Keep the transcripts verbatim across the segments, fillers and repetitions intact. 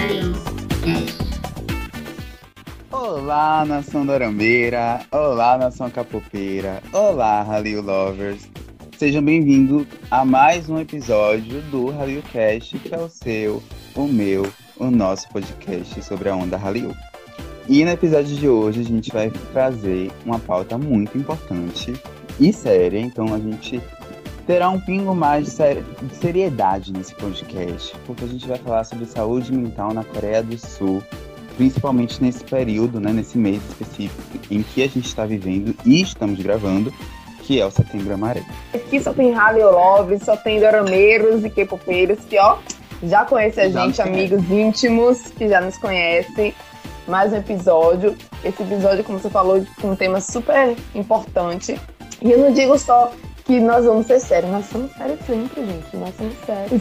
Olá, nação dorambeira! Olá, nação capoeira! Olá, Hallyu Lovers! Sejam bem-vindos a mais um episódio do Hallyu Cast, que é o seu, o meu, o nosso podcast sobre a onda Hallyu. E no episódio de hoje a gente vai trazer uma pauta muito importante e séria, então a gente terá um pingo mais de, ser... de seriedade nesse podcast, porque a gente vai falar sobre saúde mental na Coreia do Sul, principalmente nesse período, né, nesse mês específico em que a gente está vivendo e estamos gravando, que é o Setembro Amarelo. Aqui só tem Hallyu Love, só tem dorameiros e K-popeiros que, ó, já conhecem a gente, amigos íntimos que já nos conhecem. Mais um episódio. Esse episódio, como você falou, com um tema super importante. E eu não digo só que nós vamos ser sérios, nós somos sérios sempre, gente. Nós somos sérios.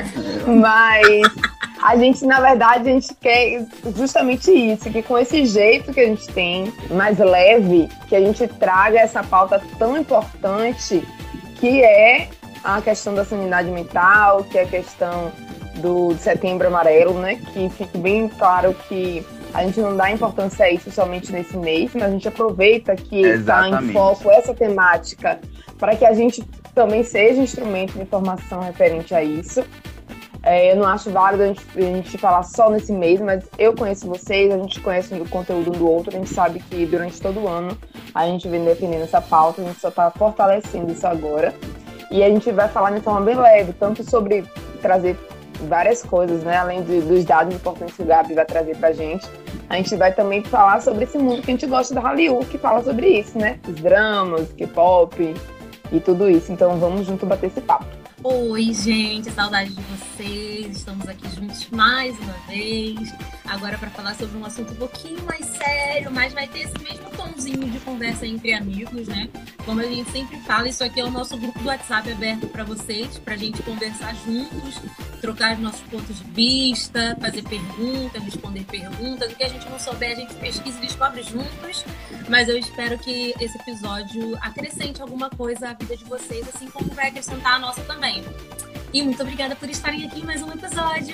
Mas a gente, na verdade, a gente quer justamente isso, que com esse jeito que a gente tem, mais leve, que a gente traga essa pauta tão importante, que é a questão da sanidade mental, que é a questão do Setembro Amarelo, né? Que fique bem claro que a gente não dá importância a isso somente nesse mês, mas a gente aproveita que está em foco essa temática para que a gente também seja instrumento de informação referente a isso. É, eu não acho válido a gente, a gente falar só nesse mês, mas eu conheço vocês, a gente conhece o conteúdo um do outro, a gente sabe que durante todo o ano a gente vem defendendo essa pauta, a gente só está fortalecendo isso agora. E a gente vai falar de forma bem leve, tanto sobre trazer várias coisas, né? Além de, dos dados importantes que o Gabi vai trazer pra gente, a gente vai também falar sobre esse mundo que a gente gosta da Hallyu, que fala sobre isso, né? Os dramas, K-pop e tudo isso. Então vamos junto bater esse papo. Oi, gente, saudade de vocês. Estamos aqui juntos mais uma vez. Agora para falar sobre um assunto um pouquinho mais sério, mas vai ter esse mesmo tomzinho de conversa entre amigos, né? Como a gente sempre fala, isso aqui é o nosso grupo do WhatsApp aberto para vocês, para a gente conversar juntos, trocar os nossos pontos de vista, fazer perguntas, responder perguntas. O que a gente não souber, a gente pesquisa e descobre juntos. Mas eu espero que esse episódio acrescente alguma coisa à vida de vocês, assim como vai acrescentar a nossa também. E muito obrigada por estarem aqui em mais um episódio.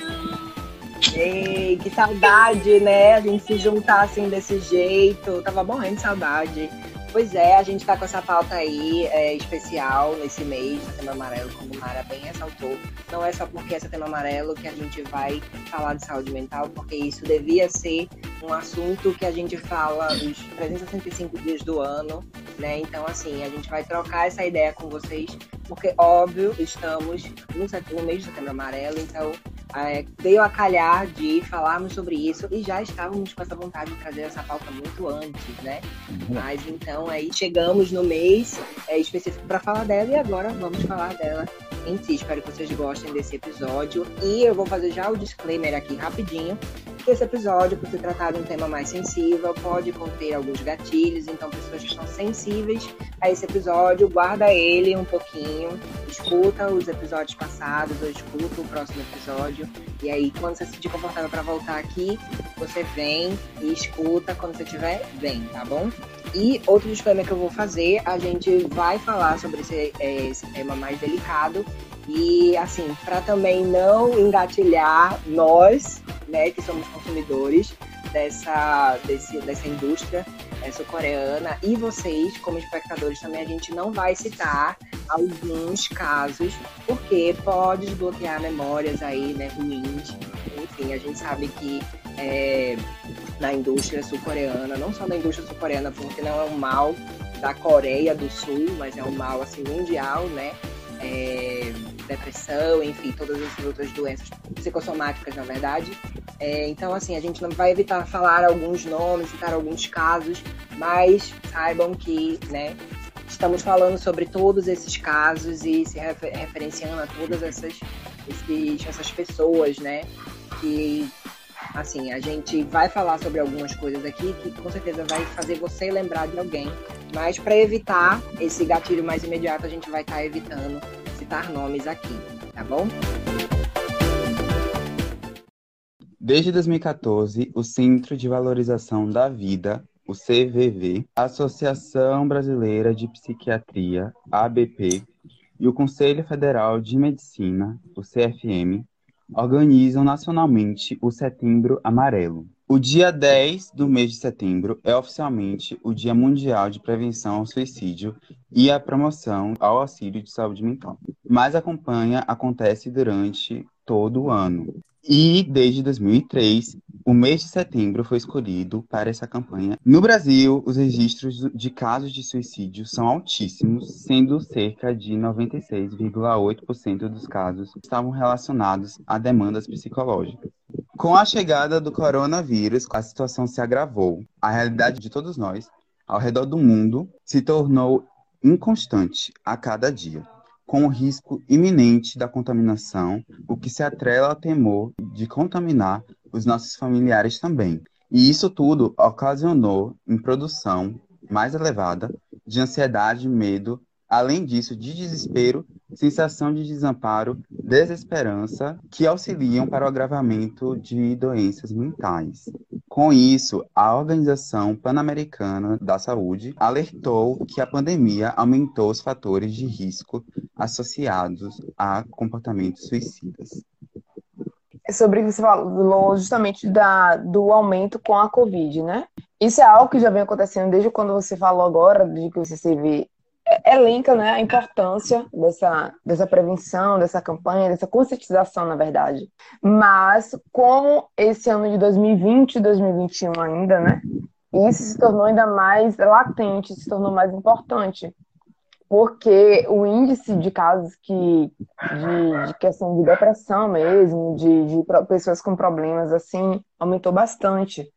Ei, que saudade, né? A gente se juntar assim desse jeito. Tava morrendo de saudade. Pois é, a gente tá com essa pauta aí é, especial nesse mês, Setembro Amarelo, como a Mara bem ressaltou. Não é só porque é Setembro Amarelo que a gente vai falar de saúde mental, porque isso devia ser um assunto que a gente fala os trezentos e sessenta e cinco dias do ano, né? Então, assim, a gente vai trocar essa ideia com vocês, porque, óbvio, estamos no, set... no mês de Setembro Amarelo, então é, veio a calhar de falarmos sobre isso e já estávamos com essa vontade de trazer essa pauta muito antes, né? Mas, então, aí chegamos no mês é, específico para falar dela e agora vamos falar dela em si. Espero que vocês gostem desse episódio e eu vou fazer já o disclaimer aqui rapidinho, que esse episódio, por se tratar de um tema mais sensível, pode conter alguns gatilhos, então pessoas que estão sensíveis a esse episódio, guarda ele um pouquinho, escuta os episódios passados ou escuta o próximo episódio e aí quando você se sentir confortável para voltar aqui, você vem e escuta, quando você tiver, vem, tá bom? E outro disclaimer que eu vou fazer, a gente vai falar sobre esse, esse tema mais delicado e, assim, para também não engatilhar nós, né, que somos consumidores dessa, desse, dessa indústria é, sul-coreana e vocês, como espectadores também, a gente não vai citar alguns casos, porque pode desbloquear memórias aí, né, ruins. Enfim, a gente sabe que é, na indústria sul-coreana, não só na indústria sul-coreana, porque não é um mal da Coreia do Sul, mas é um mal assim, mundial, né? É, depressão, enfim, todas essas outras doenças psicossomáticas, na verdade. É, então, assim, a gente não vai evitar falar alguns nomes, citar alguns casos, mas saibam que, né, estamos falando sobre todos esses casos e se refer- referenciando a todas essas, esses, essas pessoas, né, que, assim, a gente vai falar sobre algumas coisas aqui que com certeza vai fazer você lembrar de alguém, mas para evitar esse gatilho mais imediato, a gente vai estar evitando citar nomes aqui, tá bom? Desde dois mil e quatorze, o Centro de Valorização da Vida, o C V V, a Associação Brasileira de Psiquiatria, A B P, e o Conselho Federal de Medicina, o C F M, organizam nacionalmente o Setembro Amarelo. O dia dez do mês de setembro é oficialmente o Dia Mundial de Prevenção ao Suicídio e à Promoção ao Auxílio de Saúde Mental. Mas a campanha acontece durante todo o ano. E desde dois mil e três, o mês de setembro foi escolhido para essa campanha. No Brasil, os registros de casos de suicídio são altíssimos, sendo cerca de noventa e seis vírgula oito por cento dos casos estavam relacionados a demandas psicológicas. Com a chegada do coronavírus, a situação se agravou. A realidade de todos nós, ao redor do mundo, se tornou inconstante a cada dia, com o risco iminente da contaminação, o que se atrela ao temor de contaminar os nossos familiares também. E isso tudo ocasionou em produção mais elevada de ansiedade, medo, além disso, de desespero, sensação de desamparo, desesperança, que auxiliam para o agravamento de doenças mentais. Com isso, a Organização Pan-Americana da Saúde alertou que a pandemia aumentou os fatores de risco associados a comportamentos suicidas. É sobre o que você falou justamente da, do aumento com a Covid, né? Isso é algo que já vem acontecendo desde quando você falou agora, de que você se vê, elenca, né, a importância dessa, dessa prevenção, dessa campanha, dessa conscientização, na verdade. Mas, como esse ano de dois mil e vinte e dois mil e vinte e um ainda, né, isso se tornou ainda mais latente, se tornou mais importante. Porque o índice de casos que, de, de questão de depressão mesmo, de, de pessoas com problemas assim, aumentou bastante.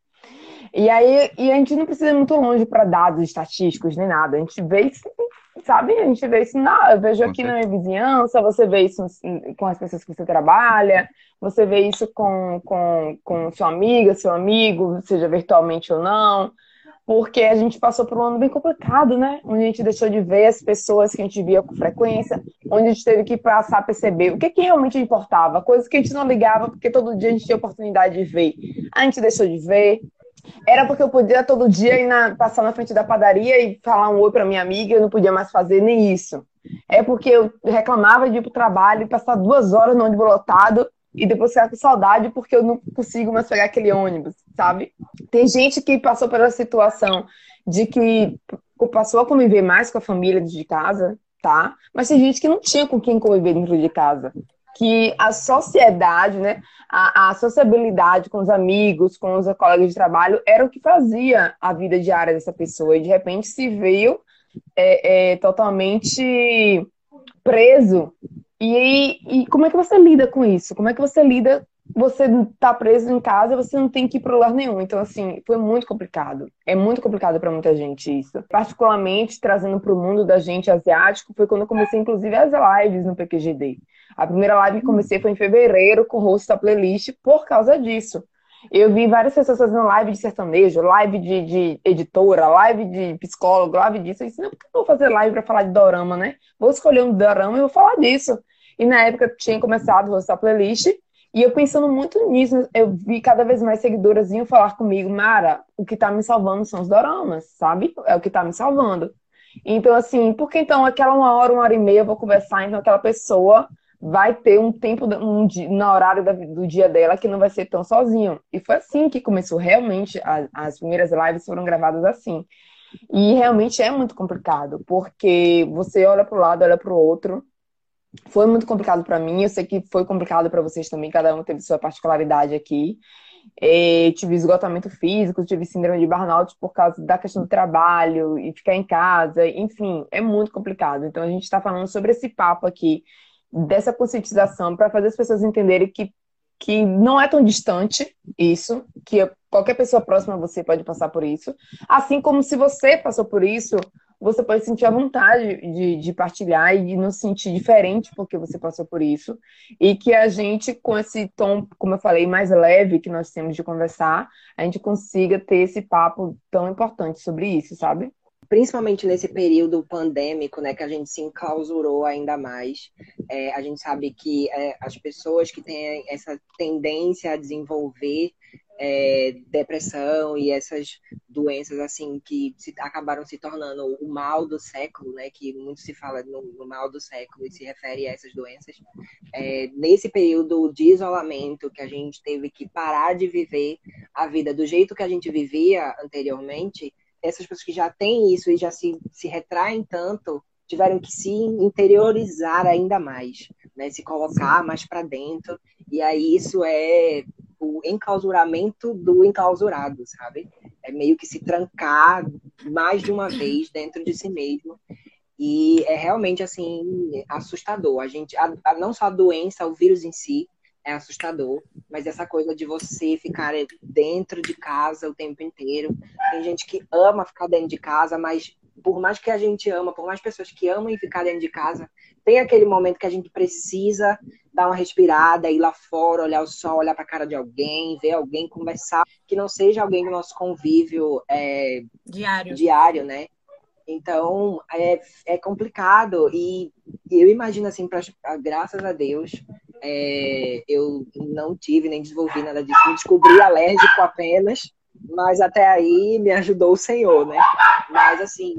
E aí, e a gente não precisa ir muito longe para dados estatísticos nem nada. A gente vê isso, sabe? A gente vê isso, na, eu vejo aqui na minha vizinhança, você vê isso com as pessoas que você trabalha, você vê isso com, com, com sua amiga, seu amigo, seja virtualmente ou não. Porque a gente passou por um ano bem complicado, né? Onde a gente deixou de ver as pessoas que a gente via com frequência, onde a gente teve que passar a perceber o que, que realmente importava, coisas que a gente não ligava, porque todo dia a gente tinha oportunidade de ver. A gente deixou de ver. Era porque eu podia todo dia ir na, passar na frente da padaria e falar um oi para minha amiga, eu não podia mais fazer nem isso. É porque eu reclamava de ir para o trabalho e passar duas horas no ônibus lotado e depois ficar com saudade porque eu não consigo mais pegar aquele ônibus, sabe? Tem gente que passou pela situação de que passou a conviver mais com a família dentro de casa, tá? Mas tem gente que não tinha com quem conviver dentro de casa. Que a sociedade, né, a, a sociabilidade com os amigos, com os colegas de trabalho, era o que fazia a vida diária dessa pessoa. E de repente se veio é, é, totalmente preso. E, e como é que você lida com isso? Como é que você lida? Você tá preso em casa e você não tem que ir para lugar nenhum. Então, assim, foi muito complicado. É muito complicado para muita gente isso. Particularmente, trazendo para o mundo da gente asiático, foi quando eu comecei, inclusive, as lives no P Q G D. A primeira live que comecei foi em fevereiro, com o host da playlist, por causa disso. Eu vi várias pessoas fazendo live de sertanejo, live de, de editora, live de psicólogo, live disso. Eu disse, não, por que eu vou fazer live para falar de dorama, né? Vou escolher um dorama e vou falar disso. E na época tinha começado o host da playlist, e eu pensando muito nisso, eu vi cada vez mais seguidoras vinham falar comigo, Mara, o que tá me salvando são os doramas, sabe? É o que tá me salvando. Então, assim, por que então aquela uma hora, uma hora e meia eu vou conversar, então aquela pessoa vai ter um tempo um dia, no horário da, do dia dela que não vai ser tão sozinho. E foi assim que começou realmente, a, as primeiras lives foram gravadas assim. E realmente é muito complicado, porque você olha para o lado, olha para o outro. Foi muito complicado para mim, eu sei que foi complicado para vocês também, cada um teve sua particularidade aqui. É, tive esgotamento físico, tive síndrome de burnout por causa da questão do trabalho e ficar em casa, enfim, é muito complicado. Então a gente está falando sobre esse papo aqui, dessa conscientização, para fazer as pessoas entenderem que, que não é tão distante isso, que qualquer pessoa próxima a você pode passar por isso, assim como se você passou por isso, você pode sentir a vontade de, de partilhar e de não se sentir diferente porque você passou por isso. E que a gente, com esse tom, como eu falei, mais leve que nós temos de conversar, a gente consiga ter esse papo tão importante sobre isso, sabe? Principalmente nesse período pandêmico, né, que a gente se enclausurou ainda mais. É, a gente sabe que é, as pessoas que têm essa tendência a desenvolver é, depressão e essas doenças assim que se, acabaram se tornando o mal do século, né? Que muito se fala no, no mal do século e se refere a essas doenças. É, nesse período de isolamento que a gente teve que parar de viver a vida do jeito que a gente vivia anteriormente, essas pessoas que já têm isso e já se, se retraem tanto, tiveram que se interiorizar ainda mais, né? Se colocar mais para dentro. E aí isso é o enclausuramento do enclausurado, sabe? É meio que se trancar mais de uma vez dentro de si mesmo. E é realmente, assim, assustador. A gente, a, a, não só a doença, o vírus em si é assustador, mas essa coisa de você ficar dentro de casa o tempo inteiro. Tem gente que ama ficar dentro de casa, mas por mais que a gente ama, por mais pessoas que amam ficar dentro de casa, tem aquele momento que a gente precisa dar uma respirada, ir lá fora, olhar o sol, olhar para a cara de alguém, ver alguém, conversar, que não seja alguém do nosso convívio é, diário. diário, né? Então, é, é complicado e eu imagino assim, pra, graças a Deus, é, eu não tive nem desenvolvi nada disso, me descobri alérgico apenas, mas até aí me ajudou o Senhor, né? Mas assim,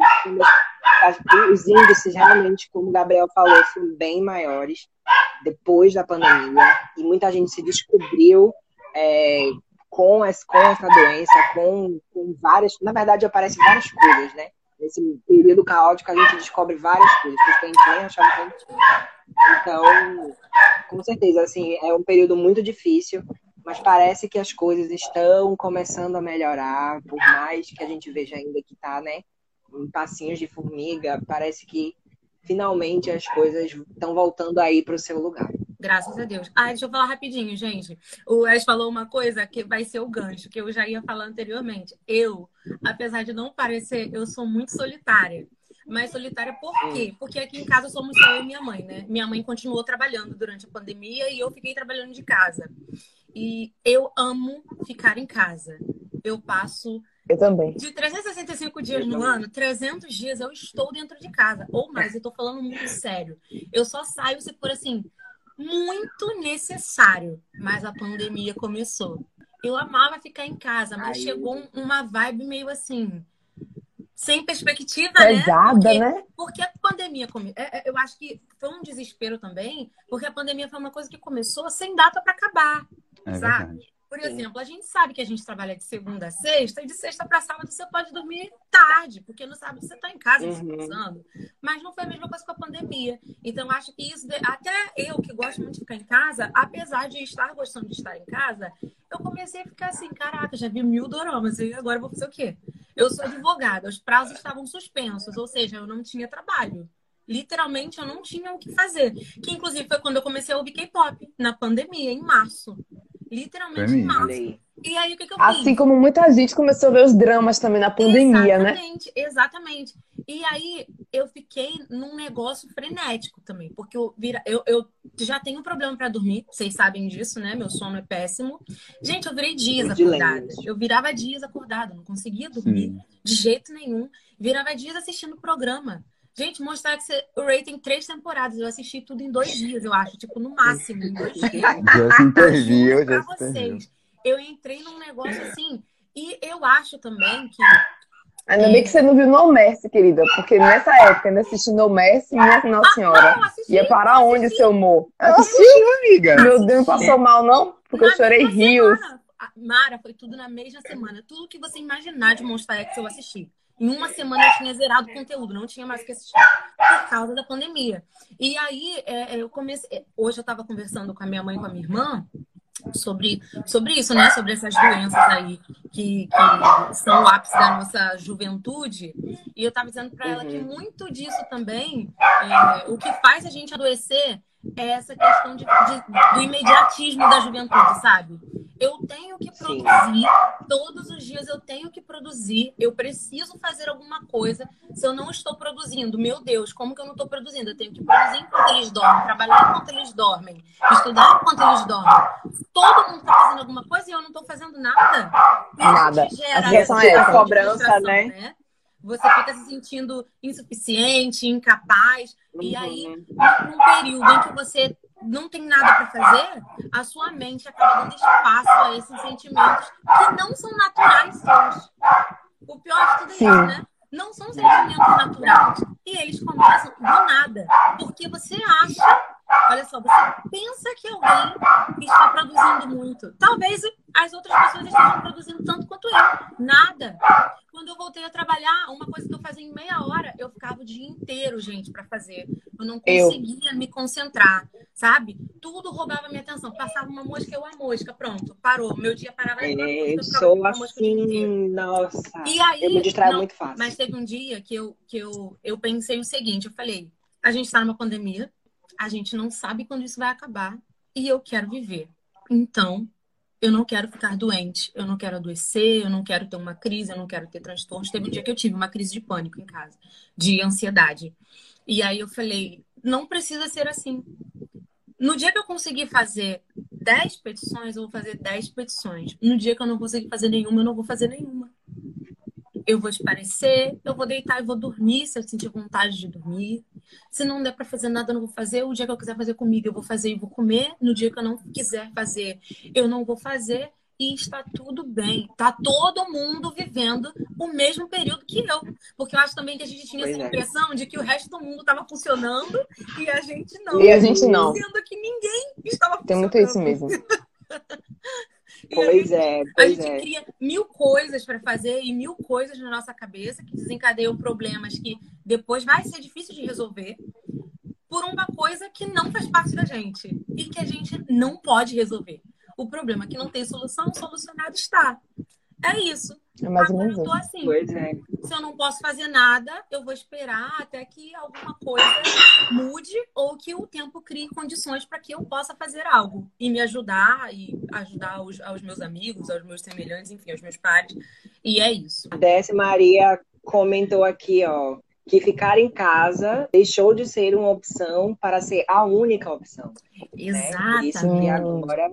os índices realmente, como o Gabriel falou, são bem maiores depois da pandemia e muita gente se descobriu é, com, essa, com essa doença, com, com várias, na verdade aparecem várias coisas, né? Nesse período caótico a gente descobre várias coisas, que a gente nem achava que a gente tinha. Então, com certeza, assim, é um período muito difícil, mas parece que as coisas estão começando a melhorar, por mais que a gente veja ainda que está, né, em passinhos de formiga, parece que finalmente as coisas estão voltando aí para o seu lugar. Graças a Deus. Ah, deixa eu falar rapidinho, gente. O Wes falou uma coisa que vai ser o gancho, que eu já ia falar anteriormente. Eu, apesar de não parecer, eu sou muito solitária. Mas solitária por quê? Porque aqui em casa somos só eu e minha mãe, né? Minha mãe continuou trabalhando durante a pandemia e eu fiquei trabalhando de casa. E eu amo ficar em casa. Eu passo... Eu também. De trezentos e sessenta e cinco dias no ano, trezentos dias eu estou dentro de casa. Ou mais, eu tô falando muito sério. Eu só saio se for assim... muito necessário, mas a pandemia começou. Eu amava ficar em casa, mas Ai, chegou um, uma vibe meio assim, sem perspectiva, pesada, né? Porque, né? porque a pandemia começou. Eu acho que foi um desespero também, porque a pandemia foi uma coisa que começou sem data para acabar, é sabe? Verdade. Por exemplo, a gente sabe que a gente trabalha de segunda a sexta, e de sexta para sábado você pode dormir tarde, porque no sábado você está em casa descansando. Uhum. Mas não foi a mesma coisa com a pandemia. Então, acho que isso, até eu que gosto muito de ficar em casa, apesar de estar gostando de estar em casa, eu comecei a ficar assim, caraca, já vi mil doramas, e agora eu vou fazer o quê? Eu sou advogada, os prazos estavam suspensos, ou seja, eu não tinha trabalho. Literalmente, eu não tinha o que fazer. Que, inclusive, foi quando eu comecei a ouvir K-pop, na pandemia, em março. Literalmente em março. E aí, o que, que eu fiz? Assim como muita gente começou a ver os dramas também na pandemia, exatamente, né? Exatamente, E aí, eu fiquei num negócio frenético também. Porque eu, vira, eu, eu já tenho problema pra dormir. Vocês sabem disso, né? Meu sono é péssimo. Gente, eu virei dias acordada. Eu virava dias acordada. Não conseguia dormir Sim. de jeito nenhum. Virava dias assistindo o programa. Gente, mostrar que você, o Ray tem três temporadas. Eu assisti tudo em dois dias, eu acho. Tipo, no máximo, em dois dias. Já se interviu, pra já se vocês. interviu. Eu entrei num negócio assim. E eu acho também que... Ainda é... bem que você não viu No Mercy, querida. Porque nessa época, ainda assisti No Mercy, minha Nossa Senhora. Ah, não, assisti, Ia parar onde, seu amor? Assistiu, amiga? Meu Deus, passou mal, não? Porque na eu chorei rios. Semana. Mara, foi tudo na mesma semana. Tudo que você imaginar de Monster X eu assisti. Em uma semana eu tinha zerado o conteúdo, não tinha mais o que assistir por causa da pandemia. E aí é, eu comecei. Hoje eu estava conversando com a minha mãe e com a minha irmã sobre, sobre isso, né? Sobre essas doenças aí que, que são o ápice da nossa juventude. E eu estava dizendo para ela que muito disso também, é, o que faz a gente adoecer é essa questão de, de, do imediatismo da juventude, sabe? Eu tenho que produzir, Sim. todos os dias eu tenho que produzir, eu preciso fazer alguma coisa. Se eu não estou produzindo, meu Deus, como que eu não estou produzindo? Eu tenho que produzir enquanto eles dormem, trabalhar enquanto eles dormem, estudar enquanto eles dormem. Todo mundo está fazendo alguma coisa e eu não estou fazendo nada. Nada. Isso gera a essa é a cobrança, né? né? Você fica se sentindo insuficiente, incapaz. Uhum. E aí, num período em que você não tem nada para fazer, a sua mente acaba dando espaço a esses sentimentos que não são naturais seus. O pior de tudo é Sim. isso, né? Não são sentimentos naturais. E eles começam do nada. Porque você acha, olha só, você pensa que alguém está produzindo muito. Talvez as outras pessoas estejam produzindo tanto quanto eu. Nada. Quando eu voltei a trabalhar, uma coisa que eu fazia em meia hora, eu ficava o dia inteiro, gente, para fazer. Eu não conseguia eu. me concentrar, sabe? Tudo roubava minha atenção. Passava uma mosca, eu a mosca. Pronto, parou. Meu dia parava. É, eu eu sou assim, nossa. E aí, eu me distraio não, muito fácil. Mas teve um dia que, eu, que eu, eu pensei o seguinte, eu falei, a gente está numa pandemia, a gente não sabe quando isso vai acabar e eu quero viver. Então, eu não quero ficar doente, eu não quero adoecer, eu não quero ter uma crise, eu não quero ter transtornos. Teve um dia que eu tive uma crise de pânico em casa, de ansiedade. E aí eu falei, não precisa ser assim. No dia que eu conseguir fazer dez petições, eu vou fazer dez petições. No dia que eu não conseguir fazer nenhuma, eu não vou fazer nenhuma. Eu vou esparecer, eu vou deitar e vou dormir se eu sentir vontade de dormir. Se não der pra fazer nada, eu não vou fazer. O dia que eu quiser fazer comida, eu vou fazer e vou comer. No dia que eu não quiser fazer, eu não vou fazer. E está tudo bem. Tá todo mundo vivendo o mesmo período que eu. Porque eu acho também que a gente tinha Pois essa é. impressão de que o resto do mundo estava funcionando e a gente não. E a gente não. Sendo que ninguém estava funcionando. Tem muito isso mesmo. Pois é, A pois gente é. cria mil coisas para fazer e mil coisas na nossa cabeça que desencadeiam problemas que depois vai ser difícil de resolver por uma coisa que não faz parte da gente e que a gente não pode resolver. O problema é que não tem solução, solucionado está. É isso. É mais ou Agora menos eu tô isso. assim. Pois é. Se eu não posso fazer nada, eu vou esperar até que alguma coisa mude ou que o tempo crie condições para que eu possa fazer algo e me ajudar e ajudar aos, aos meus amigos, aos meus semelhantes, enfim, aos meus pares. E é isso. A Décia Maria comentou aqui, ó, que ficar em casa deixou de ser uma opção para ser a única opção. Né? Por isso que agora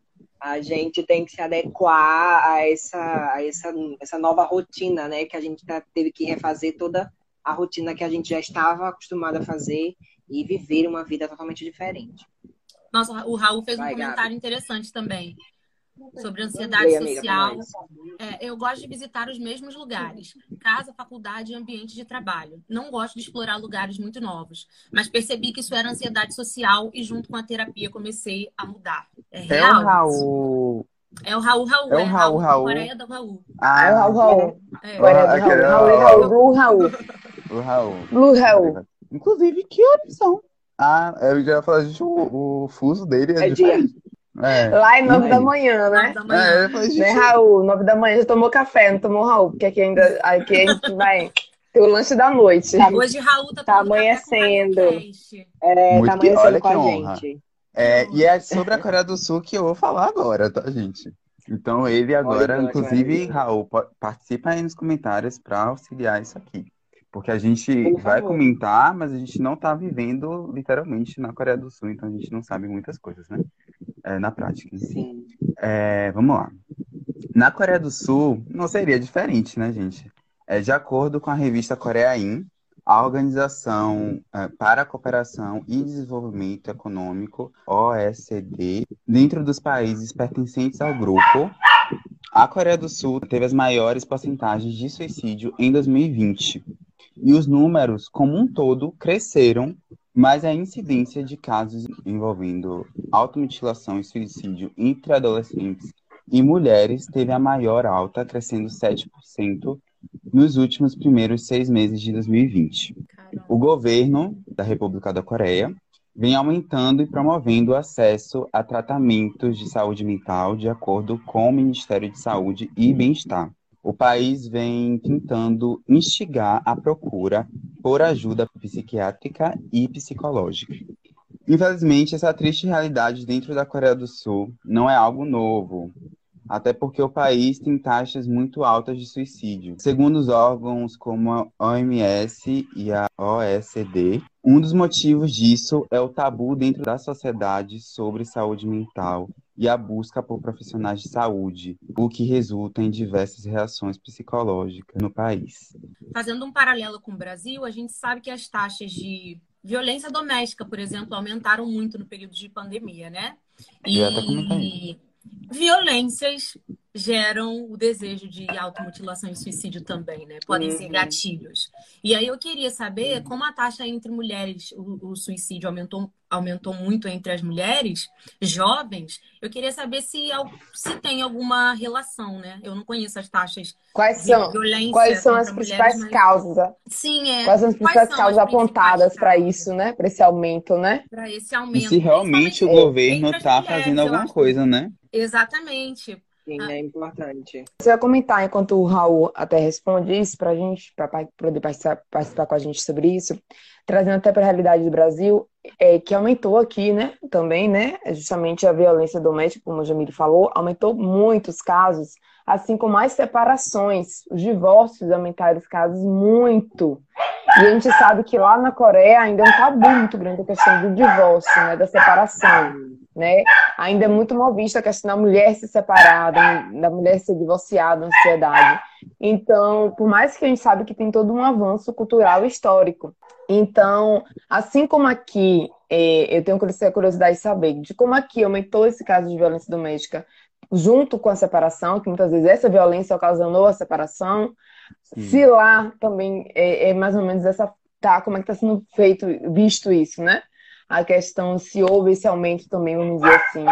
a gente tem que se adequar a essa, a essa, essa nova rotina, né? Que a gente tá, teve que refazer toda a rotina que a gente já estava acostumado a fazer e viver uma vida totalmente diferente. Nossa, o Raul fez Vai, um comentário Gabi. interessante também sobre ansiedade Leia, amiga, social. pra nós. É, eu gosto de visitar os mesmos lugares, casa, faculdade e ambiente de trabalho. Não gosto de explorar lugares muito novos, mas percebi que isso era ansiedade social e junto com a terapia comecei a mudar. É É real. o Raul. É o Raul Raul, É o é Raul, Raul. Coreia do Raul. Ah, É o Raul, Raul. É. Coreia do aquele- Raul. Raul, Raul, Blue Raul. o Raul. Blue Raul. Inclusive, que horas são? Ah, eu já ia falar, gente, o, o fuso dele é, É dia. diferente. É. Lá é nove E da aí? manhã, Nove né? da É, manhã. eu falei, gente, Né, Raul? Nove da manhã já tomou café, não tomou Raul, porque aqui ainda aqui a gente vai ter o lanche da noite. Hoje Raul tá Tá tomando café com amanhecendo. RadioCast. É, Muito tá que- amanhecendo olha com que a honra. gente. É, e é sobre a Coreia do Sul que eu vou falar agora, tá, gente? Então, ele agora, Olha que inclusive, maravilha. Raul, po- participa aí nos comentários para auxiliar isso aqui. Porque a gente Por vai favor. comentar, mas a gente não tá vivendo literalmente na Coreia do Sul, então a gente não sabe muitas coisas, né? É, na prática. Sim. É, vamos lá. Na Coreia do Sul, não seria diferente, né, gente? É, de acordo com a revista Coreia In, a Organização eh, para a Cooperação e Desenvolvimento Econômico, O E C D, dentro dos países pertencentes ao grupo, a Coreia do Sul teve as maiores porcentagens de suicídio em dois mil e vinte. E os números, como um todo, cresceram, mas a incidência de casos envolvendo automutilação e suicídio entre adolescentes e mulheres teve a maior alta, crescendo sete por cento nos últimos primeiros seis meses de dois mil e vinte. Caramba. O governo da República da Coreia vem aumentando e promovendo o acesso a tratamentos de saúde mental de acordo com o Ministério de Saúde e Bem-Estar. O país vem tentando instigar a procura por ajuda psiquiátrica e psicológica. Infelizmente, essa triste realidade dentro da Coreia do Sul não é algo novo, até porque o país tem taxas muito altas de suicídio. Segundo os órgãos como a O M S e a O E C D, um dos motivos disso é o tabu dentro da sociedade sobre saúde mental e a busca por profissionais de saúde, o que resulta em diversas reações psicológicas no país. Fazendo um paralelo com o Brasil, a gente sabe que as taxas de violência doméstica, por exemplo, aumentaram muito no período de pandemia, né? Eu ia até comentar isso. E violências geram o desejo de automutilação e suicídio também, né? Podem ser Uhum. gatilhos. E aí eu queria saber como a taxa entre mulheres, o, o suicídio aumentou, aumentou muito entre as mulheres jovens. Eu queria saber se, al- se tem alguma relação, né? Eu não conheço as taxas Quais de são, violência quais são contra as mulheres, principais mas causas? a- sim, é. Quais são as Quais principais são causas as principais apontadas para causas isso, né? Para esse aumento, né? para esse E se aumento, realmente principalmente o É. governo entre as tá fazendo mulheres, eu alguma acho. coisa, né? Exatamente. Sim, Ah, é importante. Você vai comentar enquanto o Raul até responde isso para a gente, para poder participar, participar com a gente sobre isso, trazendo até para a realidade do Brasil, é, que aumentou aqui, né? Também, né? É justamente a violência doméstica, como o Jamile falou, aumentou muitos casos, assim como as separações, os divórcios aumentaram os casos muito. E a gente sabe que lá na Coreia ainda é um tabu muito grande a questão do divórcio, né? Da separação, né? Ainda é muito mal vista a questão da mulher se separar, da, da mulher ser divorciada na sociedade. Então, por mais que a gente sabe que tem todo um avanço cultural e histórico. Então, assim como aqui, eh, eu tenho curiosidade de saber de como aqui aumentou esse caso de violência doméstica junto com a separação, que muitas vezes essa violência ocasionou a separação. Se Sim. lá também é, é mais ou menos essa, tá, como é que está sendo feito, visto isso, né? A questão se houve esse aumento também, vamos dizer assim,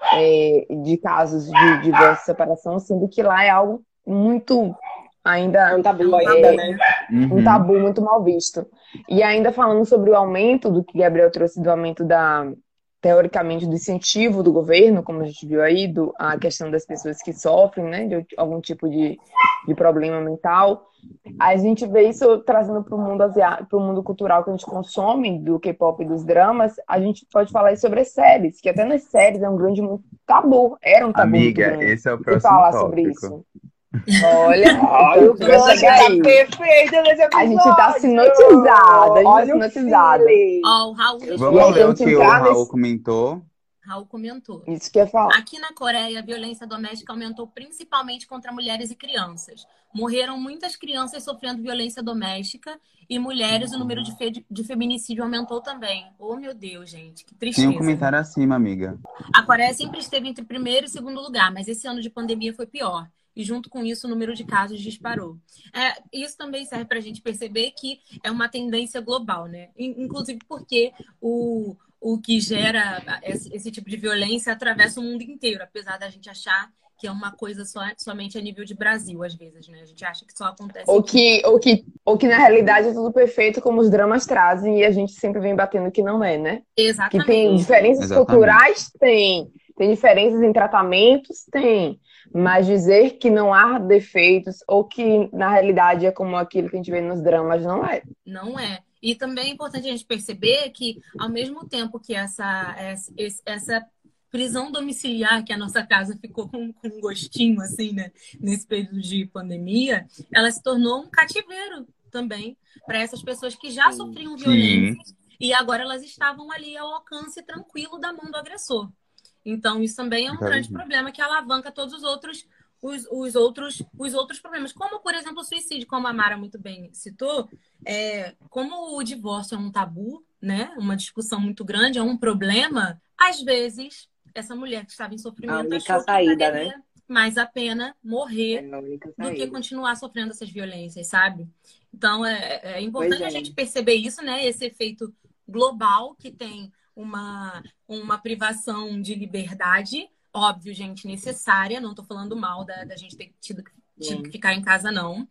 é, de casos de divórcio e separação, sendo que lá é algo muito É ainda um é tabu um ainda, tabu, né? né? um Uhum. tabu muito mal visto. E ainda falando sobre o aumento do que Gabriel trouxe do aumento da, teoricamente, do incentivo do governo, como a gente viu aí, do, a questão das pessoas que sofrem, né, de algum tipo de, de problema mental. A gente vê isso trazendo para o mundo asiático, para o mundo cultural que a gente consome, do K-pop e dos dramas. A gente pode falar aí sobre as séries, que até nas séries é um grande tabu, era um tabu muito Amiga, grande esse é o se próximo falar sobre tópico. isso. Olha, Olha, então o tu vai gancho chegar tá aí. perfeito nesse A gente tá episódio! sinotizada, a gente tá Olha o sinotizada. feeling! Ó, o Raul Eu deixou E Vamos aí, aqui, ler pra o gente que o entrar Raul nesse. comentou. Raul comentou. Isso que eu ia falar. Aqui na Coreia, a violência doméstica aumentou principalmente contra mulheres e crianças. Morreram muitas crianças sofrendo violência doméstica e mulheres, o número de, fe- de feminicídio aumentou também. Oh, meu Deus, gente, que Tem um tristeza. comentário acima, amiga. A Coreia sempre esteve entre primeiro e segundo lugar, mas esse ano de pandemia foi pior. E junto com isso, o número de casos disparou. É, isso também serve para a gente perceber que é uma tendência global, né? In- Inclusive porque o, o que gera esse, esse tipo de violência atravessa o mundo inteiro, apesar da gente achar que é uma coisa só, somente a nível de Brasil, às vezes, né? A gente acha que só acontece Ou aqui. que, ou que, ou que na realidade é tudo perfeito, como os dramas trazem, e a gente sempre vem batendo que não é, né? Que tem Exatamente. diferenças Exatamente. culturais? Tem. Tem diferenças em tratamentos? Tem. Mas dizer que não há defeitos, ou que na realidade é como aquilo que a gente vê nos dramas, não é. Não é. E também é importante a gente perceber que, ao mesmo tempo que essa, essa, essa prisão domiciliar, que a nossa casa ficou com, com um gostinho, assim, né, nesse período de pandemia, ela se tornou um cativeiro também para essas pessoas que já sofriam violência Sim. e agora elas estavam ali ao alcance tranquilo da mão do agressor. Então, isso também é um grande Exatamente. problema que alavanca todos os outros os, os, outros, os outros problemas, como, por exemplo, o suicídio, como a Mara muito bem citou, é, como o divórcio é um tabu, né? Uma discussão muito grande, é um problema, às vezes, essa mulher que estava em A sofrimento única achou que saída, né? valeria mais a pena É morrer a única do que saída. continuar sofrendo essas violências, sabe? Então, é, é Pois importante a é. gente perceber isso, né? Esse efeito global que tem uma, uma privação de liberdade, óbvio, gente, necessária. Não tô falando mal da, da gente ter tido, tido que Sim. ficar em casa, não.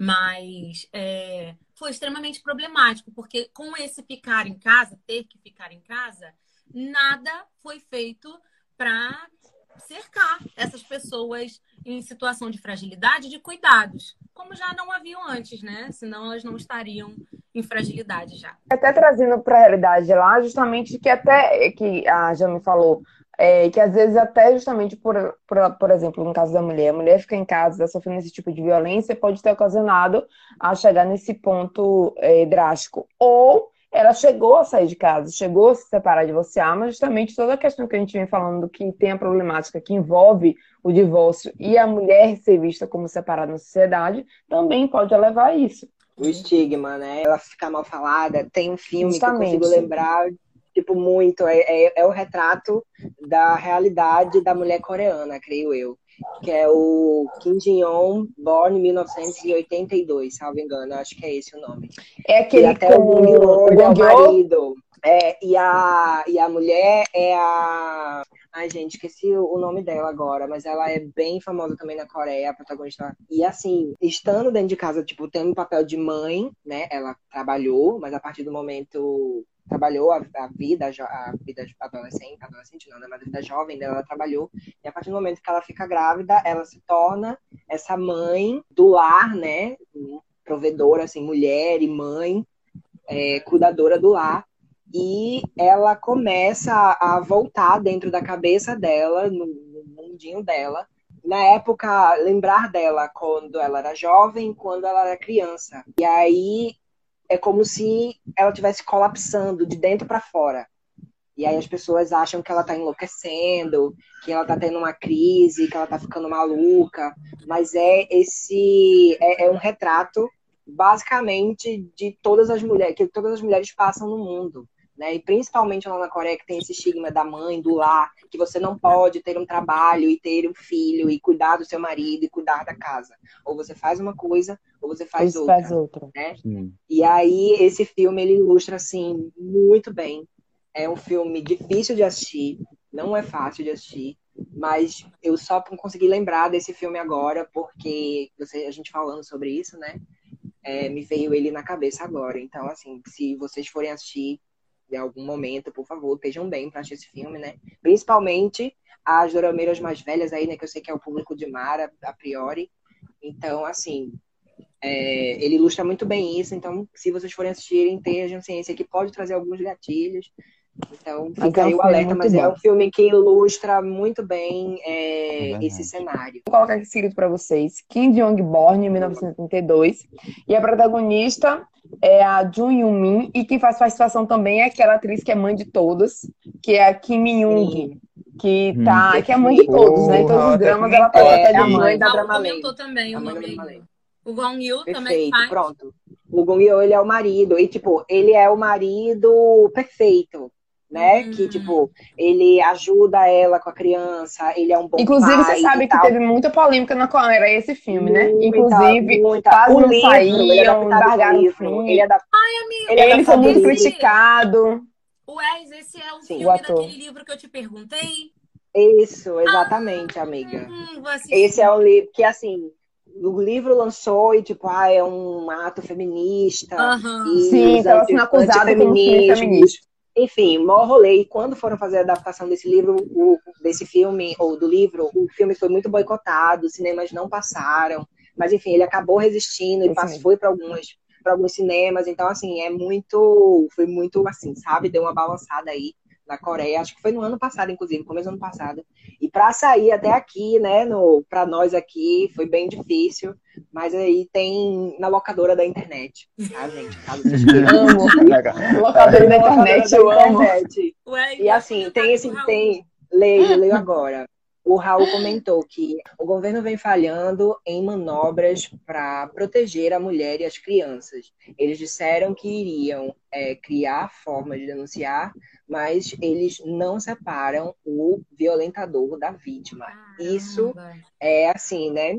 Mas é, foi extremamente problemático, porque com esse ficar em casa, ter que ficar em casa, nada foi feito para cercar essas pessoas em situação de fragilidade de cuidados, como já não haviam antes, né? Senão elas não estariam em fragilidade já. Até trazendo para a realidade lá, justamente que até que a Jami falou, é, que às vezes até justamente por, por, por exemplo, no caso da mulher, a mulher fica em casa sofrendo esse tipo de violência pode ter ocasionado a chegar nesse ponto é, drástico. Ou ela chegou a sair de casa, chegou a se separar, divorciar, mas justamente toda a questão que a gente vem falando que tem a problemática que envolve o divórcio e a mulher ser vista como separada na sociedade, também pode levar a isso. O estigma, né? Ela ficar mal falada. Tem um filme Justamente. que eu consigo lembrar, tipo, muito. É, é, é o retrato da realidade da mulher coreana, creio eu. Que é o Kim Jong-un, Born em mil novecentos e oitenta e dois, salvo engano. Acho que é esse o nome. É E aquele até o com Bong o Joon é o Gong Yoo. marido. É, e, a, e a mulher é a... Ai, gente, esqueci o nome dela agora, mas ela é bem famosa também na Coreia, a protagonista. E assim, estando dentro de casa, tipo, tendo o papel de mãe, né? Ela trabalhou, mas a partir do momento trabalhou a, a vida, a vida adolescente, adolescente não, né? Mas a vida jovem dela, ela trabalhou. E a partir do momento que ela fica grávida, ela se torna essa mãe do lar, né? Provedora, assim, mulher e mãe, é, cuidadora do lar. E ela começa a, a voltar dentro da cabeça dela, no, no mundinho dela. Na época, lembrar dela quando ela era jovem, quando ela era criança. E aí é como se ela estivesse colapsando de dentro para fora. E aí as pessoas acham que ela tá enlouquecendo, que ela tá tendo uma crise, que ela tá ficando maluca. Mas é esse é, é um retrato, basicamente, de todas as mulheres, que todas as mulheres passam no mundo. Né? E principalmente lá na Coreia, que tem esse estigma da mãe, do lar, que você não pode ter um trabalho e ter um filho e cuidar do seu marido e cuidar da casa. Ou você faz uma coisa, ou você faz Você outra. faz outra. Né? Sim. E aí esse filme ele ilustra assim muito bem. É um filme difícil de assistir, não é fácil de assistir, mas eu só consegui lembrar desse filme agora porque você, a gente falando sobre isso, né? É, me veio ele na cabeça agora. Então, assim, se vocês forem assistir em algum momento, por favor, estejam bem para assistir esse filme, né? Principalmente as dorameiras mais velhas aí, né? Que eu sei que é o público de Mara, a priori. Então, assim, é, ele ilustra muito bem isso. Então, se vocês forem assistirem, tenham ciência que pode trazer alguns gatilhos. Então, Mas fica é um aí o filme alerta. muito Mas é bom. um filme que ilustra muito bem É é, verdade. esse cenário. Vou colocar aqui escrito para vocês. Kim Jong-born, em mil novecentos e oitenta e dois. E a protagonista é a Jun Yoo-min. E quem faz participação também é aquela atriz que é mãe de todos, que é a Kim Min-young. Sim. Que, Hum. tá, que é mãe de todos, né? Em Porra, todos os até dramas ela comentou aparece É a aqui. mãe da Raul Drama Lei. comentou também A o mãe da nome Drama Lei. aí. O Gong Yoo também Perfeito, faz. pronto. O Gong Yoo, ele é o marido. E, tipo, ele é o marido perfeito, né? Hum. Que, tipo, ele ajuda ela com a criança, ele é um bom Inclusive, pai você sabe e que tal. teve muita polêmica na Coreia esse filme, né? Muita, Inclusive, muita. quase O não livro, ele é saíam, adaptado do embargaram o livro. Ele filme. é, da, Amigo, ele é Ele foi adaptado do muito livro. criticado. Wes, esse é o Sim. O filme ator. daquele livro que eu te perguntei? Isso, exatamente, amiga. Hum, vou assistir. Esse é um livro que, assim, o livro lançou e, tipo, ah, é um ato feminista. Aham. E Sim, os estava anti, sendo acusado como filme antifeminismos. feminista. Enfim, mó rolê. E quando foram fazer a adaptação desse livro, o, desse filme, ou do livro, o filme foi muito boicotado, os cinemas não passaram. Mas, enfim, ele acabou resistindo e Esse passou, mesmo. foi para algumas para alguns cinemas. Então, assim, é muito... Foi muito, assim, sabe? Deu uma balançada aí na Coreia. Acho que foi no ano passado, inclusive, começo do ano passado. E para sair até aqui, né, no, para nós aqui, foi bem difícil. Mas aí tem na locadora da internet, tá, gente? Caso vocês queiram. Amo. Locadora da internet, eu amo. internet. Ué, E assim, tem esse... tem Leio, leio agora. O Raul comentou que o governo vem falhando em manobras para proteger a mulher e as crianças. Eles disseram que iriam é, criar formas de denunciar, mas eles não separam o violentador da vítima. Isso é assim, né?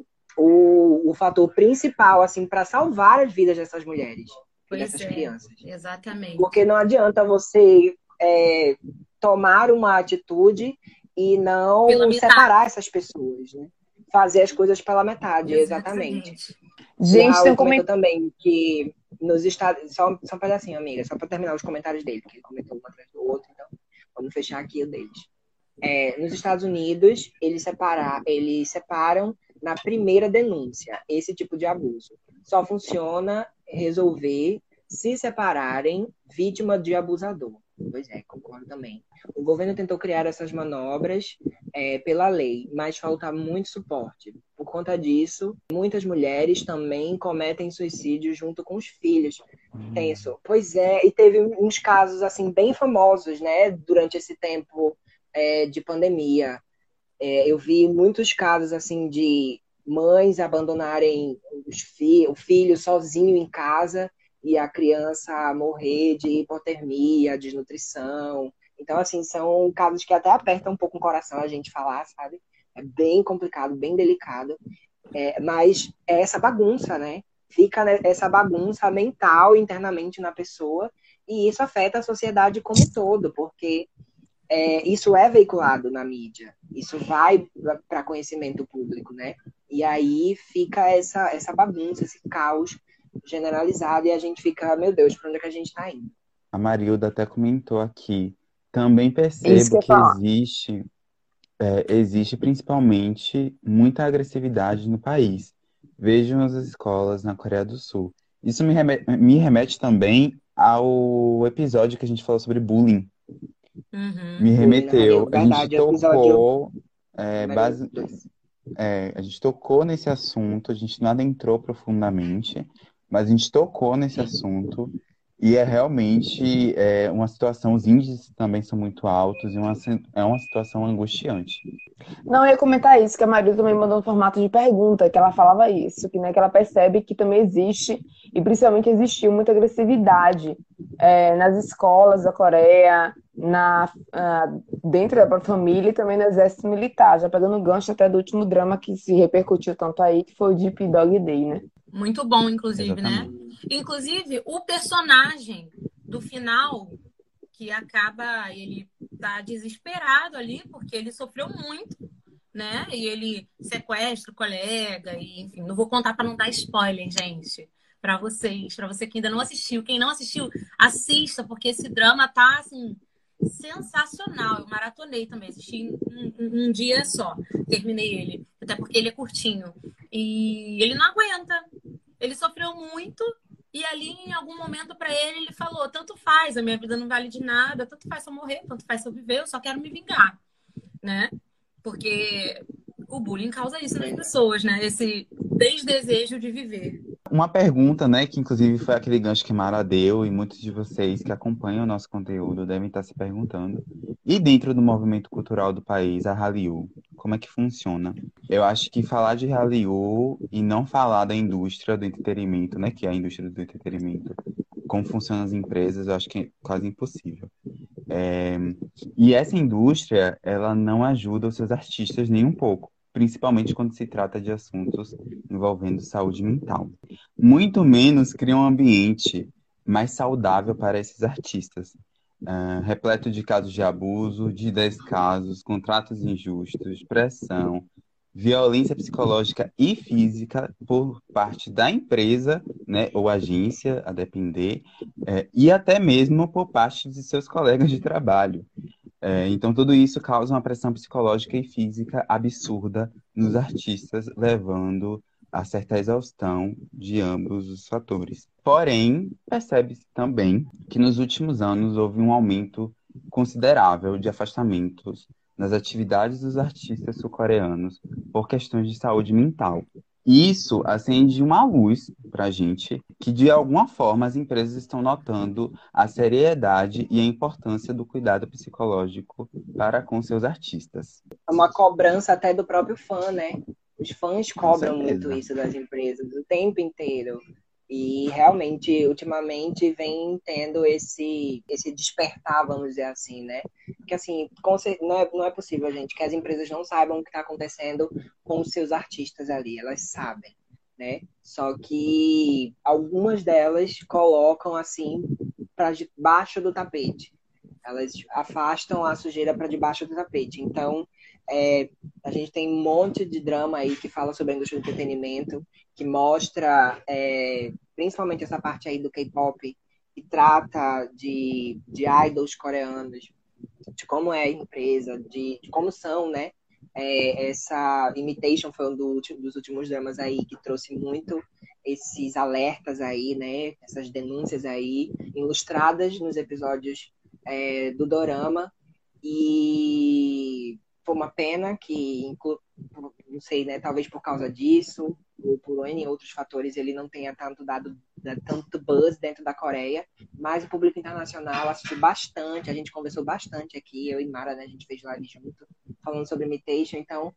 O, o fator principal assim para salvar as vidas dessas mulheres e dessas é, crianças. Exatamente. Porque não adianta você é, tomar uma atitude e não separar essas pessoas, né? Fazer as coisas pela metade, exatamente. exatamente. Gente, tem um comentou comentário também que nos Estados... Só, só um pedacinho, amiga, só para terminar os comentários dele, que ele comentou um atrás do outro, então vamos fechar aqui o deles. É, nos Estados Unidos, eles, separa, eles separam na primeira denúncia esse tipo de abuso. Só funciona resolver se separarem vítima de abusador. Pois é, concordo também. O governo tentou criar essas manobras é, pela lei, mas falta muito suporte. Por conta disso, muitas mulheres também cometem suicídio junto com os filhos. Tem isso. Pois é, e teve uns casos assim bem famosos, né, durante esse tempo é, de pandemia. É, eu vi muitos casos assim de mães abandonarem os fi o filho sozinho em casa e a criança morrer de hipotermia, desnutrição. Então, assim, são casos que até apertam um pouco o coração a gente falar, sabe? É bem complicado, bem delicado. É, mas é essa bagunça, né? Fica essa bagunça mental internamente na pessoa e isso afeta a sociedade como um todo, porque é, isso é veiculado na mídia, isso vai para conhecimento público, né? E aí fica essa, essa bagunça, esse caos generalizado e a gente fica, meu Deus, para onde é que a gente está indo? A Marilda até comentou aqui. Também Isso que percebo eu ia que falar. existe, é, existe principalmente muita agressividade no país. Vejam as escolas na Coreia do Sul. Isso me remete, me remete também ao episódio que a gente falou sobre bullying. Me Uhum. Bullying na remeteu. Hallyu, A gente verdade, episódio tocou, é, número base, dois. é, a gente tocou nesse assunto, a gente não adentrou profundamente, mas a gente tocou nesse assunto e é realmente é, uma situação, os índices também são muito altos e uma, si- é uma situação angustiante. Não, eu ia comentar isso, que a Maria também mandou um formato de pergunta, que ela falava isso, que, né, que ela percebe que também existe, e principalmente existiu muita agressividade é, nas escolas da Coreia, na, ah, dentro da própria família e também no exército militar, já pegando gancho até do último drama que se repercutiu tanto aí, que foi o Deep Dog Day, né? Muito bom, inclusive, né? Exatamente. Inclusive, o personagem do final, que acaba, ele tá desesperado ali, porque ele sofreu muito, né? E ele sequestra o colega, e enfim, não vou contar para não dar spoiler, gente, para vocês, para você que ainda não assistiu. Quem não assistiu, assista, porque esse drama tá assim sensacional. Eu maratonei também, assisti em um, um- um dia só, terminei ele, até porque ele é curtinho. E ele não aguenta. Ele sofreu muito e ali em algum momento para ele ele falou: tanto faz, a minha vida não vale de nada, tanto faz se eu morrer, tanto faz se eu viver, eu só quero me vingar, né? Porque o bullying causa isso nas pessoas, né? Esse desdesejo de viver. Uma pergunta, né, que inclusive foi aquele gancho que Mara deu e muitos de vocês que acompanham o nosso conteúdo devem estar se perguntando. E dentro do movimento cultural do país, a Hallyu, como é que funciona? Eu acho que falar de Hallyu e não falar da indústria do entretenimento, né, que é a indústria do entretenimento, como funcionam as empresas, eu acho que é quase impossível. É, E essa indústria, ela não ajuda os seus artistas nem um pouco, principalmente quando se trata de assuntos envolvendo saúde mental. Muito menos cria um ambiente mais saudável para esses artistas, ah, repleto de casos de abuso, de descasos, contratos injustos, pressão, violência psicológica e física por parte da empresa, né, ou agência, a depender, é, e até mesmo por parte de seus colegas de trabalho. É, então, tudo isso causa uma pressão psicológica e física absurda nos artistas, levando a certa exaustão de ambos os fatores. Porém, percebe-se também que nos últimos anos houve um aumento considerável de afastamentos nas atividades dos artistas sul-coreanos por questões de saúde mental. Isso acende uma luz para a gente que, de alguma forma, as empresas estão notando a seriedade e a importância do cuidado psicológico para com seus artistas. É uma cobrança até do próprio fã, né? Os fãs Com cobram muito certeza. isso das empresas o tempo inteiro. E realmente, ultimamente, vem tendo esse, esse despertar, vamos dizer assim, né? Porque, assim, não é, não é possível, gente, que as empresas não saibam o que está acontecendo com os seus artistas ali. Elas sabem, né? Só que algumas delas colocam, assim, para debaixo do tapete. Elas afastam a sujeira para debaixo do tapete. Então, é, a gente tem um monte de drama aí que fala sobre a indústria do entretenimento, que mostra é, principalmente essa parte aí do K-pop, que trata de, de idols coreanos, de como é a empresa, de, de como são, né? É, essa Imitation foi um do, dos últimos dramas aí que trouxe muito esses alertas aí, né? Essas denúncias aí, ilustradas nos episódios é, do Dorama. E foi uma pena que, inclu... não sei, né? Talvez por causa disso, ou por N outros fatores, ele não tenha tanto dado né, tanto buzz dentro da Coreia, mas o público internacional assistiu bastante, a gente conversou bastante aqui, eu e Mara, né? A gente fez live junto, falando sobre Imitation, então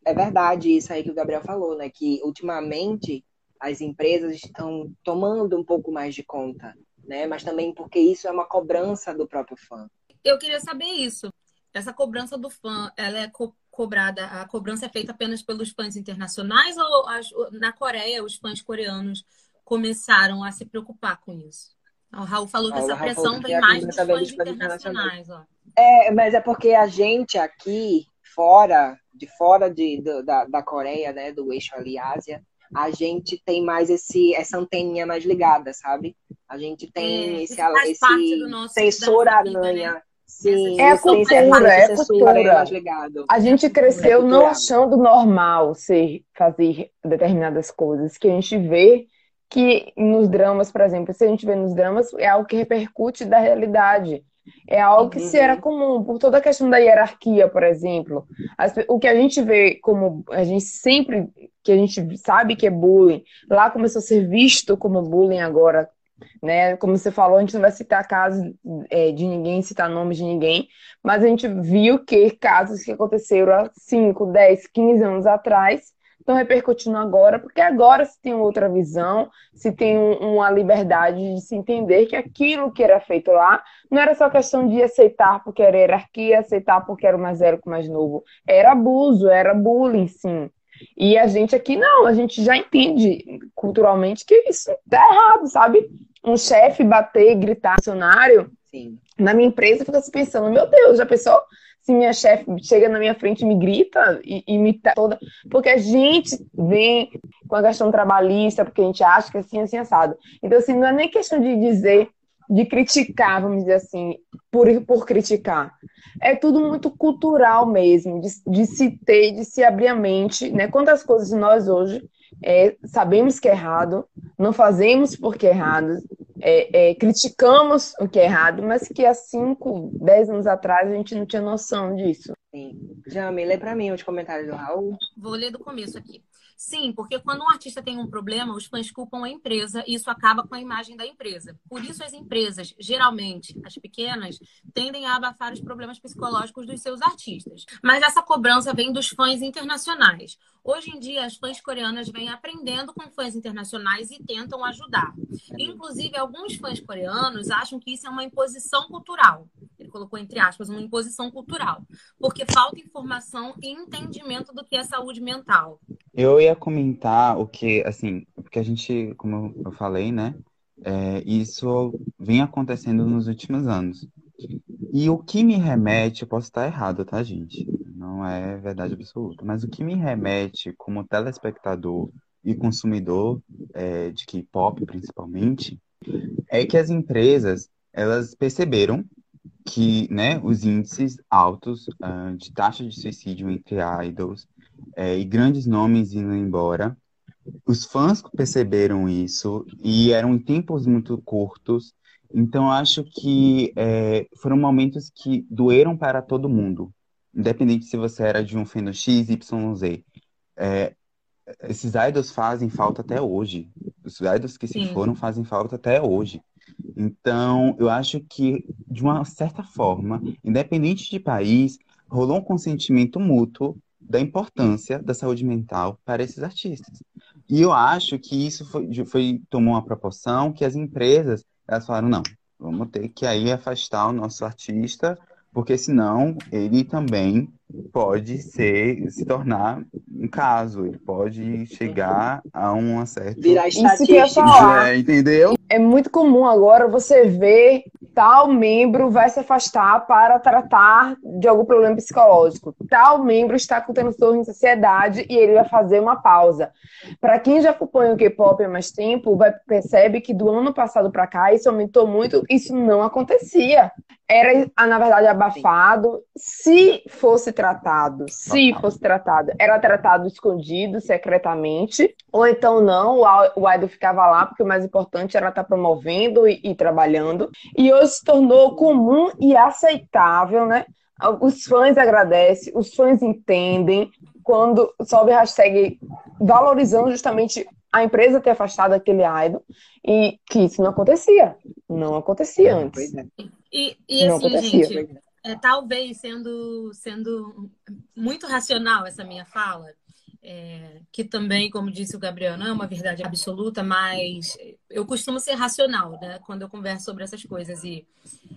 É verdade isso aí que o Gabriel falou, né? Que ultimamente as empresas estão tomando um pouco mais de conta, né? Mas também porque isso é uma cobrança do próprio fã. Eu queria saber isso. Essa cobrança do fã, ela é co cobrada, a cobrança é feita apenas pelos fãs internacionais ou as, na Coreia os fãs coreanos começaram a se preocupar com isso? O Raul falou que Ó, o essa Raul falou pressão que vem a mais dos cobrança vem fãs dos fãs internacionais. internacionais, ó. É, mas é porque a gente aqui, fora, de fora de, do- da, da Coreia, né? Do eixo ali, Ásia, a gente tem mais esse, essa anteninha mais ligada, sabe? A gente tem É, esse, isso faz parte do esse nosso da sensor nossa vida, né? aranha. Essa Sim, É a esse, discussão sen- faz a gente cultura, tem parte. esse é a sensor aranha mais cultura. ligado. A É a gente cultura. É cresceu não cultural. achando normal ser fazer determinadas coisas, que a gente vê que nos dramas, por exemplo, se a gente vê nos dramas, é algo que repercute da realidade. É algo que se era Uhum. comum, por toda a questão da hierarquia, por exemplo. As pe- o que a gente vê como a gente sempre que a gente sabe que é bullying, lá começou a ser visto como bullying agora, né? Como você falou, a gente não vai citar casos é, de ninguém, citar nomes de ninguém, mas a gente viu que casos que aconteceram há cinco, dez, quinze anos atrás estão repercutindo agora, porque agora se tem outra visão, se tem um- uma liberdade de se entender que aquilo que era feito lá não era só questão de aceitar porque era hierarquia, aceitar porque era o mais velho com o mais novo. Era abuso, era bullying, sim. E a gente aqui não, a gente já entende culturalmente que isso tá errado, sabe? Um chefe bater, gritar, funcionário, Sim. na minha empresa fica se pensando, meu Deus, já pensou se minha chefe chega na minha frente e me grita e, e me tá toda. Porque a gente vem com a questão trabalhista, porque a gente acha que é assim, assim, assado. Então, assim, não é nem questão de dizer, de criticar, vamos dizer assim, por, por criticar. É tudo muito cultural mesmo, de, de se ter, de se abrir a mente, né? Quantas coisas nós hoje é, sabemos que é errado, não fazemos porque é errado, é, é, criticamos o que é errado, mas que há cinco, dez anos atrás a gente não tinha noção disso. Sim. Jami, lê pra mim os comentários do Raul. Vou ler do começo aqui. Sim, porque quando um artista tem um problema, os fãs culpam a empresa e isso acaba com a imagem da empresa. Por isso, as empresas, geralmente, as pequenas, tendem a abafar os problemas psicológicos dos seus artistas. Mas essa cobrança vem dos fãs internacionais. Hoje em dia, as fãs coreanas vêm aprendendo com fãs internacionais e tentam ajudar. Inclusive, alguns fãs coreanos acham que isso é uma imposição cultural. Ele colocou entre aspas, uma imposição cultural. Porque falta informação e entendimento do que é saúde mental. Eu ia comentar o que, assim, porque a gente, como eu falei, né? é, isso vem acontecendo nos últimos anos. E o que me remete, eu posso estar errado, tá, gente? Não é verdade absoluta, mas o que me remete como telespectador e consumidor é, de K-pop, principalmente, é que as empresas, elas perceberam que, né, os índices altos ah, de taxa de suicídio entre idols eh, e grandes nomes indo embora, os fãs perceberam isso e eram em tempos muito curtos. Então, acho que eh, foram momentos que doeram para todo mundo, independente se você era de um fandom X, Y, Z. Eh, esses idols fazem falta até hoje. Os idols que se Sim. foram fazem falta até hoje. Então, eu acho que, de uma certa forma, independente de país, rolou um consentimento mútuo da importância da saúde mental para esses artistas. E eu acho que isso foi, foi- tomou uma proporção que as empresas, elas falaram, não, vamos ter que aí afastar o nosso artista, porque senão ele também pode ser, se tornar um caso, ele pode chegar a um certo... Virar Isso que eu ia estatística. falar. É, entendeu? É muito comum agora você ver tal membro vai se afastar para tratar de algum problema psicológico. Tal membro está com transtorno de ansiedade e ele vai fazer uma pausa. Para quem já acompanha o K-pop há mais tempo, vai, percebe que do ano passado para cá isso aumentou muito, isso não acontecia. Era, na verdade, abafado. Se fosse tratado, se Total. fosse tratado, era tratado escondido, secretamente, ou então não, o idol ficava lá, porque o mais importante era estar promovendo e, e trabalhando. E hoje se tornou comum e aceitável, né? Os fãs agradecem, os fãs entendem, quando sobe a hashtag valorizando justamente a empresa ter afastado aquele idol, e que isso não acontecia. Não acontecia antes. Pois é. E, e Não assim, acontecia. gente, é, talvez sendo, sendo muito racional essa minha fala, é, que também, como disse o Gabriel, não é uma verdade absoluta, mas eu costumo ser racional, né, quando eu converso sobre essas coisas. E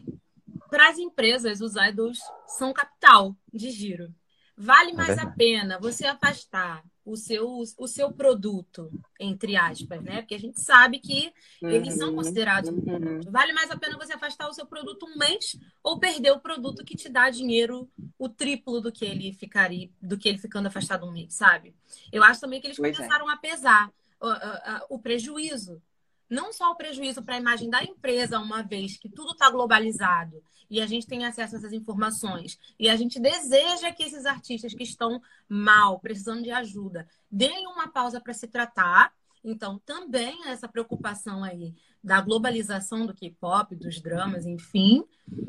para as empresas, os idols são capital de giro. Vale É mais a verdade. pena você afastar o seu, o seu produto, entre aspas, né? Porque a gente sabe que eles são Uhum, considerados um uhum. produto. Vale mais a pena você afastar o seu produto um mês ou perder o produto que te dá dinheiro o triplo do que ele ficaria, do que ele ficando afastado um mês, sabe? Eu acho também que eles Pois é. começaram a pesar o, o, o prejuízo. Não só o prejuízo para a imagem da empresa, uma vez que tudo está globalizado e a gente tem acesso a essas informações e a gente deseja que esses artistas que estão mal, precisando de ajuda, deem uma pausa para se tratar. Então, também essa preocupação aí da globalização do K-pop, dos dramas, enfim.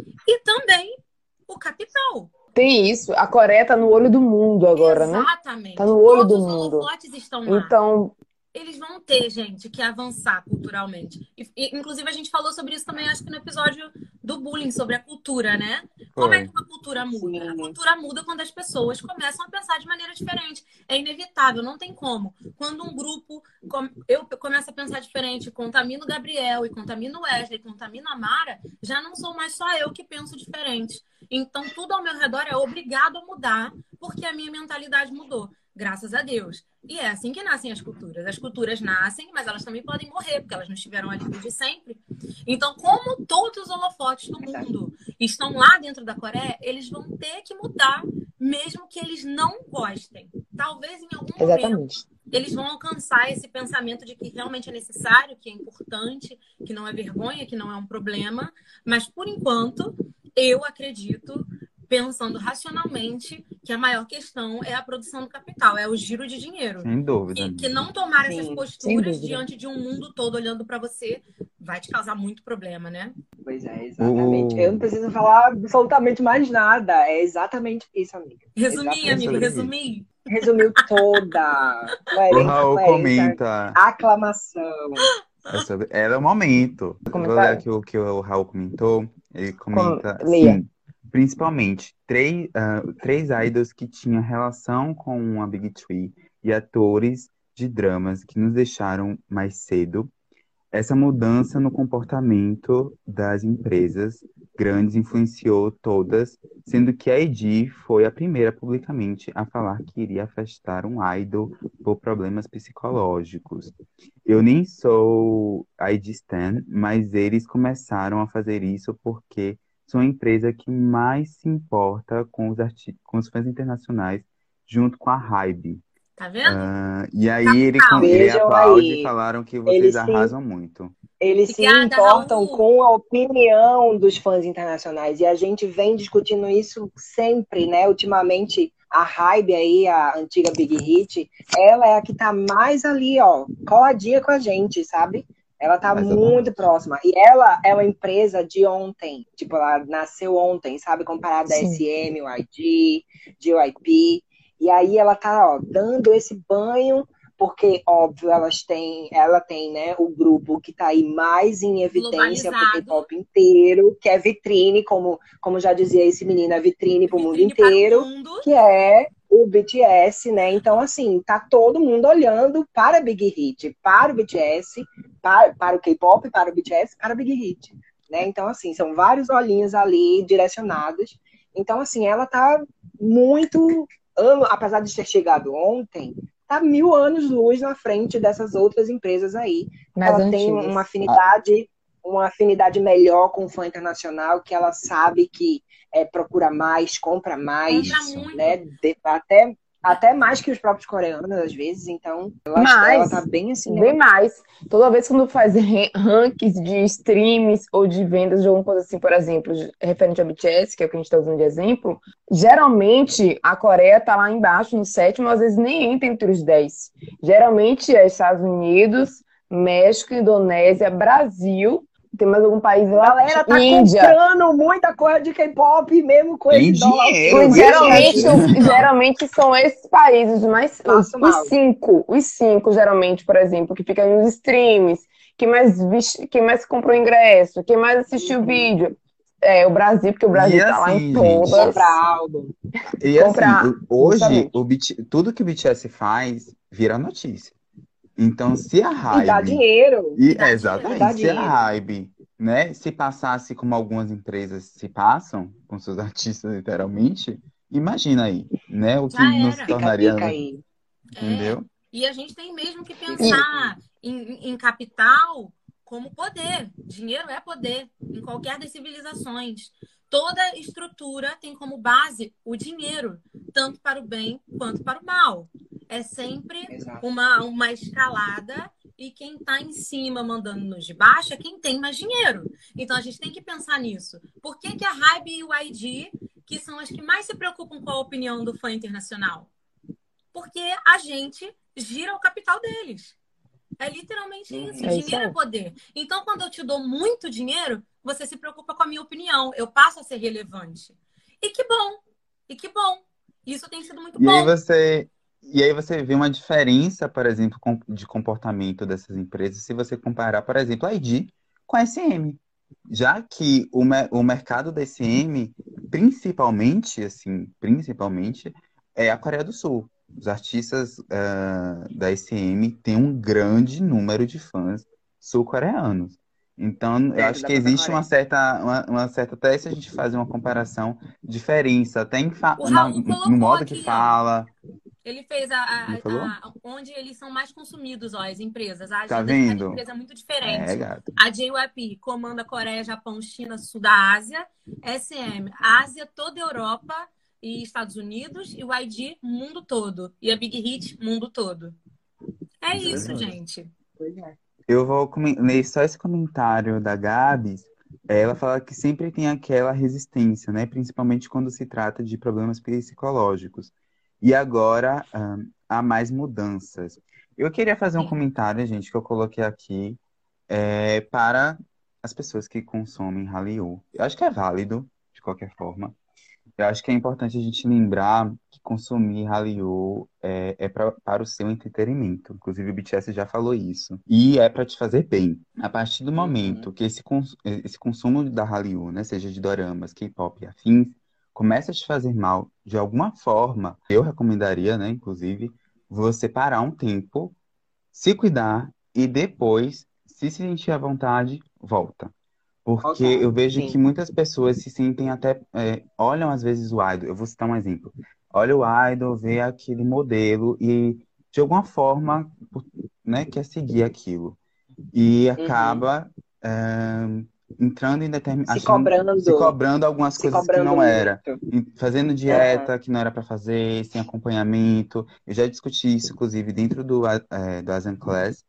E também o capital. Tem isso. A Coreia tá no olho do mundo agora, né? Exatamente. Tá no olho do Todos os mundo. holofotes estão lá. Então, Eles vão ter, gente, que avançar culturalmente. E, e, inclusive, a gente falou sobre isso também, acho que no episódio do bullying, sobre a cultura, né? Como é que Foi. uma cultura muda? A Sim. cultura muda quando as pessoas começam a pensar de maneira diferente. É inevitável, não tem como. Quando um grupo, com- eu começo a pensar diferente, contamino o Gabriel, e contamino o Wesley, e contamino a Mara, já não sou mais só eu que penso diferente. Então, tudo ao meu redor é obrigado a mudar, porque a minha mentalidade mudou. Graças a Deus. E é assim que nascem as culturas. As culturas nascem, mas elas também podem morrer, porque elas não estiveram ali desde sempre. Então, como todos os holofotes do mundo estão lá dentro da Coreia, eles vão ter que mudar, mesmo que eles não gostem. Talvez em algum momento exatamente. eles vão alcançar esse pensamento de que realmente é necessário, que é importante, que não é vergonha, que não é um problema. Mas, por enquanto, eu acredito, pensando racionalmente, que a maior questão é a produção do capital, é o giro de dinheiro. Sem dúvida, Que, que amiga. não tomar Sim, essas sem posturas dúvida. diante de um mundo todo olhando para você vai te causar muito problema, né? Pois é, exatamente. Eu não O... preciso falar absolutamente mais nada. É exatamente isso, amiga. Resumi, É Exatamente amigo, sobre isso. isso. resumi. Resumiu toda. O Clarice, Raul Clarice, comenta. aclamação. É sobre... Era o momento. Eu vou ler Comentário? aqui o que o Raul comentou. Ele Com... comenta, Leia. sim, principalmente três, ah, três idols que tinham relação com a Big Three e atores de dramas que nos deixaram mais cedo. Essa mudança no comportamento das empresas grandes influenciou todas, sendo que a E D foi a primeira publicamente a falar que iria afastar um idol por problemas psicológicos. Eu nem sou I D Stan, mas eles começaram a fazer isso porque são a empresa que mais se importa com os, arti- com os fãs internacionais, junto com a Hybe. Tá vendo? Ah, e aí ele, com- Capital. ele Vejam aplaude e aí. falaram que vocês Eles se, arrasam muito. eles se Obrigada, importam Raul. com a opinião dos fãs internacionais. E a gente vem discutindo isso sempre, né? Ultimamente, a Hybe aí, a antiga Big Hit, ela é a que tá mais ali, ó, coladinha com a gente, sabe? Ela tá muito Exatamente. próxima. E ela é uma empresa de ontem. Tipo, ela nasceu ontem, sabe? Comparada a Sim. S M, Y G, J Y P. E aí ela tá, ó, dando esse banho, porque, óbvio, elas têm, ela tem, né, o grupo que tá aí mais em evidência pro Globalizado. K-pop inteiro, que é vitrine, como, como já dizia esse menino, é vitrine pro mundo Vitrine para o inteiro, mundo. que é o B T S, né? Então, assim, tá todo mundo olhando para a Big Hit, para o B T S, para, para o K-pop, para o B T S, para a Big Hit, né? Então, assim, são vários olhinhos ali direcionados. Então, assim, ela tá muito, ano, apesar de ter chegado ontem, tá mil anos luz na frente dessas outras empresas aí. Mais Ela tem antigas. uma afinidade, uma afinidade melhor com o fã internacional, que ela sabe que é, procura mais, compra mais, Compra muito. né? De- até, até mais que os próprios coreanos, às vezes. Então, ela, Mas, ela tá bem assim. bem mais. Toda vez que quando faz ra- rankings de streams ou de vendas de alguma coisa assim, por exemplo, de- referente ao B T S, que é o que a gente está usando de exemplo, geralmente a Coreia tá lá embaixo, no sétimo, às vezes nem entra entre os dez. Geralmente é Estados Unidos, México, Indonésia, Brasil, tem mais algum país A lá? galera tá Índia. comprando muita coisa de K-pop, mesmo com Em esse dólar. dinheiro, Pois, viu, geralmente, gente? geralmente são esses países, mais, os, Passo os mal. cinco, os cinco, geralmente, por exemplo, que ficam nos streams, quem mais, vis- quem mais comprou ingresso, quem mais assistiu o Uhum. vídeo. É, o Brasil, porque o E Brasil tá lá assim, em gente, todas. Compra álbum. E assim, Comprar, o- hoje, justamente. o B T tudo que o B T S faz vira notícia. Então, se a E dá Hybe, dinheiro. E e é, dá E dinheiro. dá exatamente, se a dinheiro. Hybe, né, se passasse como algumas empresas se passam, com seus artistas literalmente, imagina aí, né, o que Já não se era. Fica a tornaria, dica aí. É. entendeu? E a gente tem mesmo que Fica a E, dica aí. pensar em, em capital como poder. Dinheiro é poder em qualquer das civilizações. Toda estrutura tem como base o dinheiro, tanto para o bem quanto para o mal. É sempre Exato. uma, uma escalada e quem está em cima mandando nos de baixo é quem tem mais dinheiro. Então a gente tem que pensar nisso. Por que, que a Hybe e o I D, que são as que mais se preocupam com a opinião do fã internacional? Porque a gente gira o capital deles. É literalmente isso. Uhum. é isso Dinheiro é aí. poder. Então, quando eu te dou muito dinheiro, você se preocupa com a minha opinião. Eu passo a ser relevante. E que bom. E que bom. Isso tem sido muito E aí bom. você, e aí você vê uma diferença, por exemplo, com- de comportamento dessas empresas, se você comparar, por exemplo, a I D com a S M. Já que o, me- o mercado da S M, principalmente, assim, principalmente, é a Coreia do Sul. Os artistas ah, da S M têm um grande número de fãs sul-coreanos. Então, eu Dentro acho da que própria existe uma Coreia. certa, uma, uma certa, até se a gente fazer uma comparação, diferença, até em fa- O na- Raul no colocou modo que aqui, ó. fala. Ele fez a, Não a- falou? a- onde eles são mais consumidos, ó, as empresas. A Tá agenda de cada vendo? empresa é muito É, diferente. gato. A J Y P comanda Coreia, Japão, China, Sul da Ásia. S M, Ásia, toda a Europa e Estados Unidos. E o I D, mundo todo. E a Big Hit, mundo todo. É Isso é isso, verdade. gente. Pois é. Eu vou comen- ler só esse comentário da Gabs. Ela fala que sempre tem aquela resistência, né? Principalmente quando se trata de problemas psicológicos. E agora, ahn, há mais mudanças. Eu queria fazer um Sim. comentário, gente, que eu coloquei aqui, é, para as pessoas que consomem Hallyu. Eu acho que é válido, de qualquer forma. Eu acho que é importante a gente lembrar que consumir Hallyu é, é pra- para o seu entretenimento. Inclusive, o B T S já falou isso. E é para te fazer bem. A partir do Uhum. momento que esse, cons- esse consumo da Hallyu, né, seja de doramas, K-pop e afins, começa a te fazer mal de alguma forma, eu recomendaria, né, inclusive, você parar um tempo, se cuidar e depois, se se sentir à vontade, volta. Porque Voltar. eu vejo que Sim. muitas pessoas se sentem até, é, olham às vezes o idol. Eu vou citar um exemplo. Olha o idol, vê aquele modelo e de alguma forma, por- né, quer seguir aquilo. E Uhum. acaba, é, entrando em determin... Se achando, se cobrando. cobrando algumas Se coisas que cobrando não era. muito. E fazendo Aham. dieta que não era para fazer, sem acompanhamento. Eu já discuti isso, inclusive, dentro do, é, do Asian Class.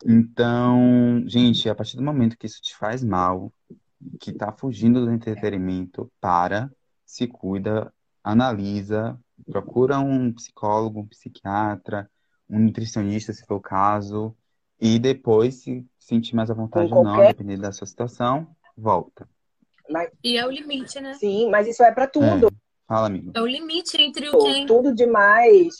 Então, gente, a partir do momento que isso te faz mal, que está fugindo do entretenimento, para, se cuida, analisa, procura um psicólogo, um psiquiatra, um nutricionista, se for o caso, e depois, se sentir mais à Com vontade ou não, qualquer. dependendo da sua situação, volta. Mas, E é o limite, né? sim, mas isso é para tudo. É, fala, amigo. É o limite entre o quem Tudo demais.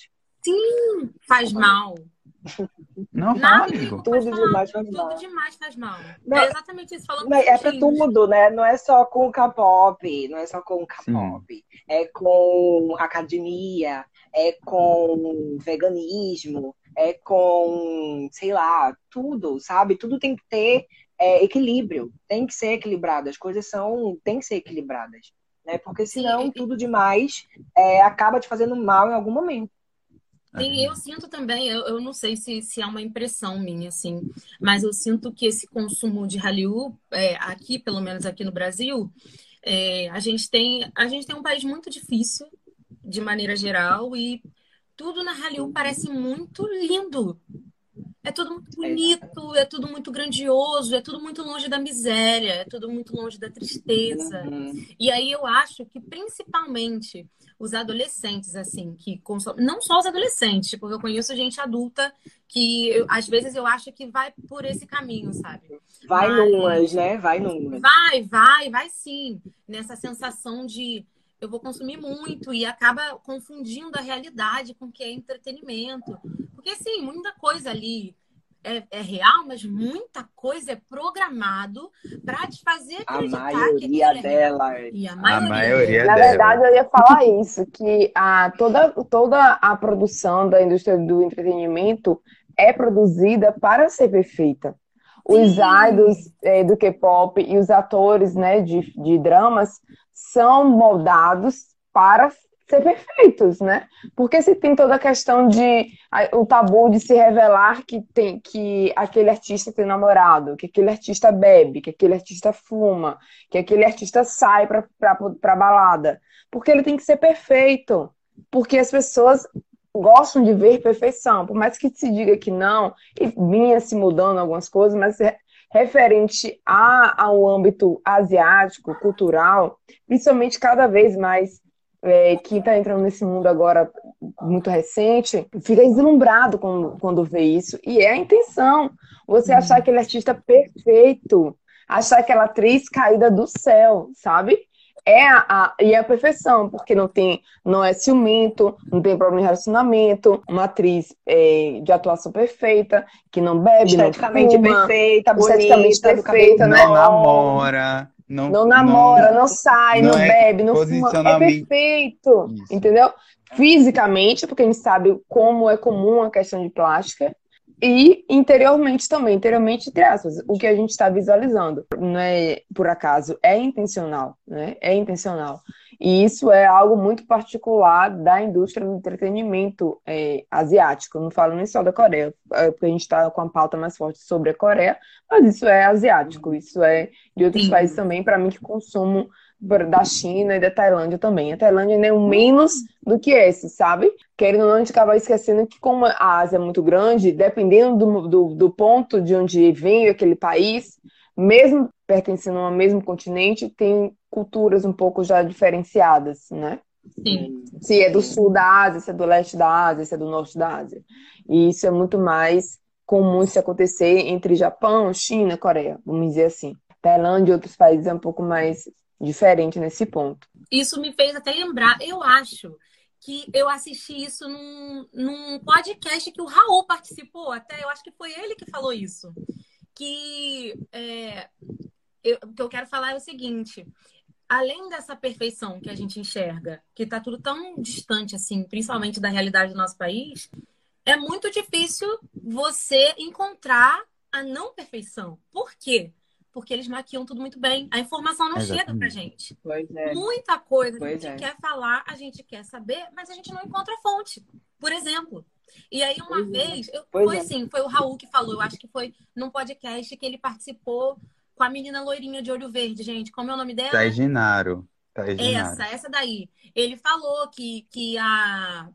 faz Desculpa, amigo. mal. Não, fala, Nada, amigo, amigo. pode Tudo falar. demais faz Tudo mal. demais faz mal. Não, É exatamente isso, falando mas é para juntinhos. tudo, né? Não é só com o K-pop, não é só com o Sim, K-pop. É com academia, é com veganismo, é com, sei lá, tudo, sabe? Tudo tem que ter é, equilíbrio, tem que ser equilibrado. As coisas são, tem que ser equilibradas, né? Porque Sim, senão tudo demais é, acaba te fazendo mal em algum momento. é sim, eu verdade. sinto também, eu, eu não sei se, se é uma impressão minha, assim, mas eu sinto que esse consumo de Hallyu, é, aqui, pelo menos aqui no Brasil, é, a gente tem, a gente tem um país muito difícil, de maneira geral, e tudo na Hallyu parece muito lindo. É tudo muito Exatamente. bonito, é tudo muito grandioso, é tudo muito longe da miséria, é tudo muito longe da tristeza. Uhum. E aí eu acho que principalmente os adolescentes, assim, que consomem, não só os adolescentes, porque eu conheço gente adulta que eu- às vezes eu acho que vai por esse caminho, sabe? Vai numas, Mas né? Vai numas. vai, vai, vai sim, nessa sensação de eu vou consumir muito e acaba confundindo a realidade com o que é entretenimento. Porque, assim, muita coisa ali. é, é real, mas muita coisa é programado para te fazer A acreditar que maioria aquilo é real. dela. E a A maioria, maioria Na dela. verdade, eu ia falar isso, que a, toda, toda a produção da indústria do entretenimento é produzida para ser perfeita. Os Sim. idols eh, do K-pop e os atores, né, de, de dramas são moldados para ser perfeitos, né? Porque se tem toda a questão de a- o tabu de se revelar que tem que aquele artista tem namorado, que aquele artista bebe, que aquele artista fuma, que aquele artista sai para para balada, porque ele tem que ser perfeito, porque as pessoas gostam de ver perfeição, por mais que se diga que não, e vinha se mudando algumas coisas, mas é referente a, ao âmbito asiático, cultural, principalmente cada vez mais é, que está entrando nesse mundo agora muito recente, fica deslumbrado quando, quando vê isso, e é a intenção, você achar aquele artista perfeito, achar aquela atriz caída do céu, sabe? É a, a, e é a perfeição, porque não tem, não é ciumento, não tem problema em relacionamento, uma atriz é, de atuação perfeita, que não bebe, não Esteticamente fuma, perfeita, esteticamente bonita, do cabelo perfeita, né? Não bom. namora, não, Não não, namora, não sai, não não é bebe, não fuma. É posicionamento. perfeito, Isso. entendeu? Fisicamente, porque a gente sabe como é comum a questão de plástica, e interiormente também, interiormente, entre aspas, o que a gente está visualizando. Não é por acaso, é intencional, né? É intencional. E isso é algo muito particular da indústria do entretenimento é, asiático. Não falo nem só da Coreia, é, porque a gente está com a pauta mais forte sobre a Coreia, mas isso é asiático, isso é de outros Sim. países também, para mim, que consumam da China e da Tailândia também. A Tailândia nem o menos do que esse, sabe? Querendo ou não, a gente acaba esquecendo que como a Ásia é muito grande, dependendo do, do, do ponto de onde vem aquele país, mesmo pertencendo ao mesmo continente, tem culturas um pouco já diferenciadas, né? Sim. Se é do sul da Ásia, se é do leste da Ásia, se é do norte da Ásia. E isso é muito mais comum se acontecer entre Japão, China, Coreia, vamos dizer assim. Tailândia e outros países é um pouco mais diferente nesse ponto. Isso me fez até lembrar, eu acho que eu assisti isso num, num podcast que o Raul participou, até eu acho que foi ele que falou isso. Que é, eu, o que eu quero falar é o seguinte: além dessa perfeição que a gente enxerga, que está tudo tão distante, assim, principalmente da realidade do nosso país, é muito difícil você encontrar a não perfeição. Por quê? Porque eles maquiam tudo muito bem. A informação não Exatamente. chega pra gente. Pois é. Muita coisa a Pois gente é. quer falar, a gente quer saber, mas a gente não encontra a fonte. Por exemplo. E aí, uma Pois é. vez, eu, Pois foi é. assim, foi o Raul que falou, eu acho que foi num podcast que ele participou com a menina loirinha de olho verde, gente. Como é o nome dela? Thaís Genaro. Thaís Genaro. Essa, essa daí. Ele falou que, que a...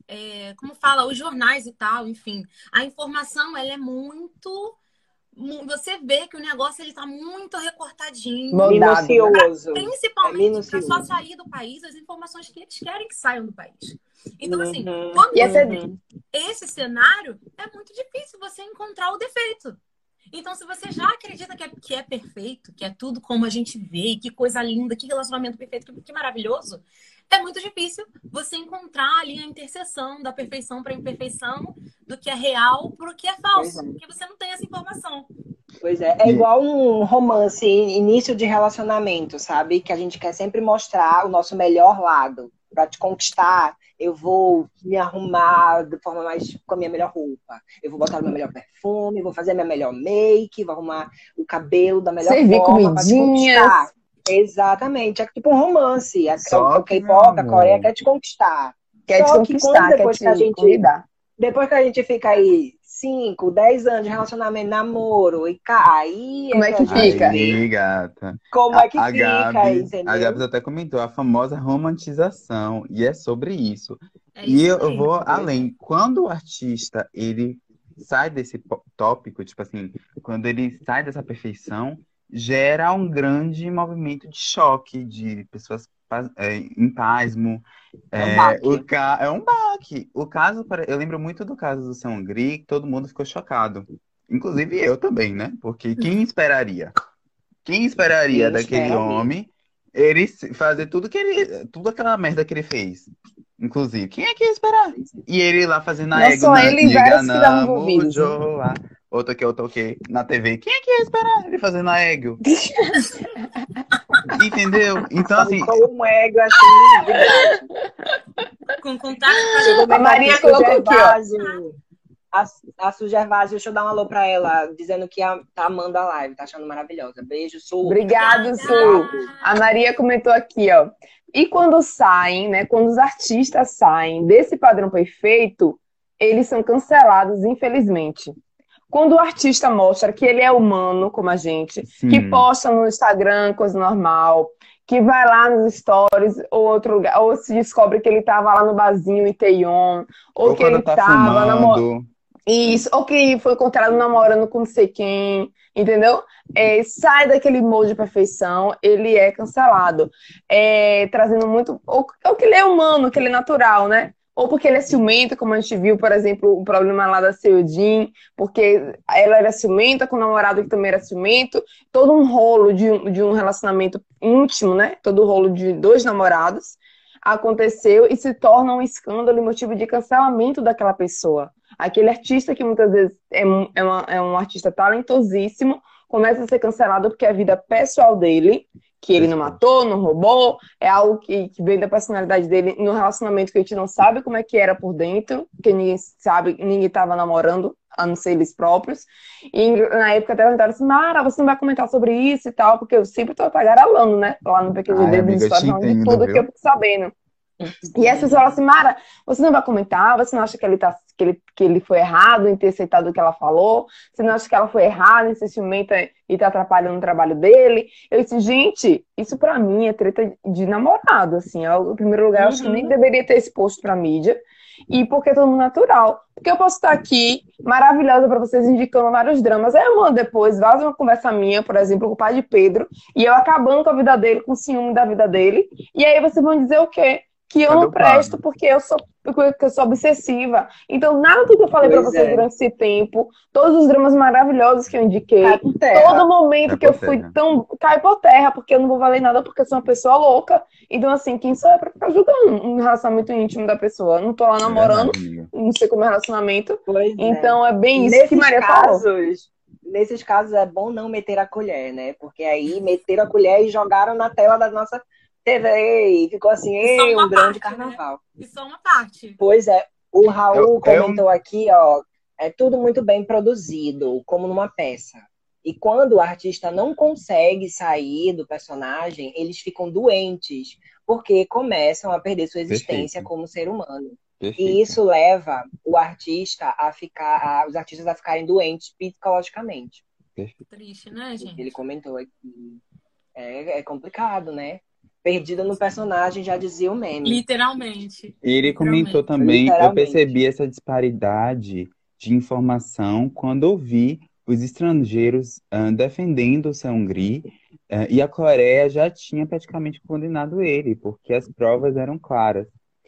É, como fala? Os jornais e tal, enfim. A informação, ela é muito... mu- Você vê que o negócio, ele tá muito recortadinho. Moldado, né? Minucioso. É Principalmente para só minucioso. sair do país as informações que eles querem que saiam do país. Então, assim, Uhum. quando E essa- você esse cenário, é muito difícil você encontrar o defeito. Então, se você já acredita que é, que é perfeito, que é tudo como a gente vê, que coisa linda, que relacionamento perfeito, que, que maravilhoso, é muito difícil você encontrar ali a interseção da perfeição para a imperfeição, do que é real para o que é falso, Pois é. porque você não tem essa informação. Pois é, é E- igual um romance, início de relacionamento, sabe? Que a gente quer sempre mostrar o nosso melhor lado. Pra te conquistar, eu vou me arrumar de forma mais com a minha melhor roupa. Eu vou botar o meu melhor perfume, vou fazer a minha melhor make, vou arrumar o cabelo da melhor Servir forma pra te comidinhas. conquistar. Exatamente, é tipo um romance. A- Só O que, K-pop, meu a Coreia amor, quer te conquistar. Quer te Só que conquistar, quando quer depois te que a gente convidar. Depois que a gente fica aí cinco, dez anos de relacionamento, namoro, e ca- aí Como é é que que a gente fica? vê aí, gata. como A, é que a fica, Gabi, a entendeu? Gabi até comentou a famosa romantização, e é sobre isso. É E isso eu, eu aí. vou além. Quando o artista ele sai desse po- tópico, tipo assim, quando ele sai dessa perfeição, gera um grande movimento de choque de pessoas pa- é, em pasmo. É um É, baque. o ca... é um baque. O caso, por- eu lembro muito do caso do Seungri, que todo mundo ficou chocado. Inclusive eu também, né? Porque quem esperaria? Quem esperaria Quem daquele esperaria? homem ele se- fazer tudo que ele, tudo aquela merda que ele fez? Inclusive, quem é que ia esperar? E ele lá fazendo a Não ego só na ele e vários que davam Niganamo envolvidos, né? Joa. Outra que eu toquei na T V. Quem é que ia esperar ele fazendo a Egg? Entendeu? Então, assim, Soltou um ego assim, de graça. Com contato Deixa eu pra A Maria comentar aqui, colocou aqui, ó. Gervásio. A, a Su Gervásio, deixa eu dar um alô pra ela, dizendo que a, tá amando a live, tá achando maravilhosa. Beijo, Su. Obrigado, Su. Obrigado. A Maria comentou aqui, ó. E quando saem, né? Quando os artistas saem desse padrão perfeito, eles são cancelados, infelizmente. Quando o artista mostra que ele é humano, como a gente, sim. que posta no Instagram coisa normal, que vai lá nos stories ou outro lugar, ou se descobre que ele tava lá no barzinho Iteon, ou, Ou que quando ele tá tava namorando. fumando. Isso, ou que foi encontrado namorando com não sei quem, entendeu? É, sai daquele molde de perfeição, ele é cancelado. É, trazendo muito. Ou, ou que ele é humano, que ele é natural, né? Ou porque ele é ciumento, como a gente viu, por exemplo, o problema lá da Seudin, porque ela era ciumenta com o namorado que também era ciumento, todo um rolo de um, de um relacionamento íntimo, né? Todo o rolo de dois namorados aconteceu e se torna um escândalo e motivo de cancelamento daquela pessoa. Aquele artista que muitas vezes é um, é, uma, é um artista talentosíssimo, começa a ser cancelado porque a vida pessoal dele, que ele não matou, não roubou, é algo que, que vem da personalidade dele no relacionamento que a gente não sabe como é que era por dentro, porque ninguém sabe, ninguém estava namorando, a não ser eles próprios. E na época até perguntaram assim, Mara, você não vai comentar sobre isso e tal, porque eu sempre tô tagarelando, né? Lá no P Q G D, Ai, dos amiga, eu te stories, falando de entendo, tudo que viu? eu fico sabendo. E as pessoas falam assim, Mara, você não vai comentar? Você não acha que ele, tá, que, ele, que ele foi errado em ter aceitado o que ela falou? Você não acha que ela foi errada em ser ciumenta e tá atrapalhando o trabalho dele? Eu disse, gente, isso pra mim é treta de namorado, assim. Eu, em primeiro lugar, eu acho que nem deveria ter exposto pra mídia. E porque é todo mundo natural. Porque eu posso estar aqui, maravilhosa pra vocês, indicando vários dramas. Aí eu mando depois, vaza uma conversa minha, por exemplo, com o pai de Pedro, e eu acabando com a vida dele, com o ciúme da vida dele. E aí vocês vão dizer o quê? Que eu Cadê não o presto Pablo? porque eu sou, porque eu sou obsessiva. Então, nada do que eu falei pra Pois vocês é. durante esse tempo, todos os dramas maravilhosos que eu indiquei, Cai por terra. todo momento Cai que eu por fui terra. tão. Cai por terra, porque eu não vou valer nada porque eu sou uma pessoa louca. Então, assim, quem sou eu pra ficar julgando um relacionamento íntimo da pessoa? Eu não tô lá É namorando, verdade, amiga. não sei como é relacionamento. Pois é. Então, é bem isso que Nesses Maria falou. casos, nesses casos é bom não meter a colher, né? Porque aí meteram a colher e jogaram na tela da nossa T V e ficou assim, E só ei, uma um grande parte, né? carnaval. E só uma parte. Pois é, o Eu, Raul eu, comentou aqui, ó, é tudo muito bem produzido, como numa peça. E quando o artista não consegue sair do personagem, eles ficam doentes, porque começam a perder sua existência perfeito, como ser humano. E perfeito. isso leva o artista a ficar, a- os artistas a ficarem doentes psicologicamente. perfeito. Triste, né, O que ele gente? comentou aqui. É, é complicado, né? Perdida no personagem, já dizia o meme. Literalmente. Ele comentou Literalmente. também, eu Literalmente. percebi essa disparidade de informação quando ouvi os estrangeiros ah, defendendo o Seungri, ah, e a Coreia já tinha praticamente condenado ele, porque as provas eram claras.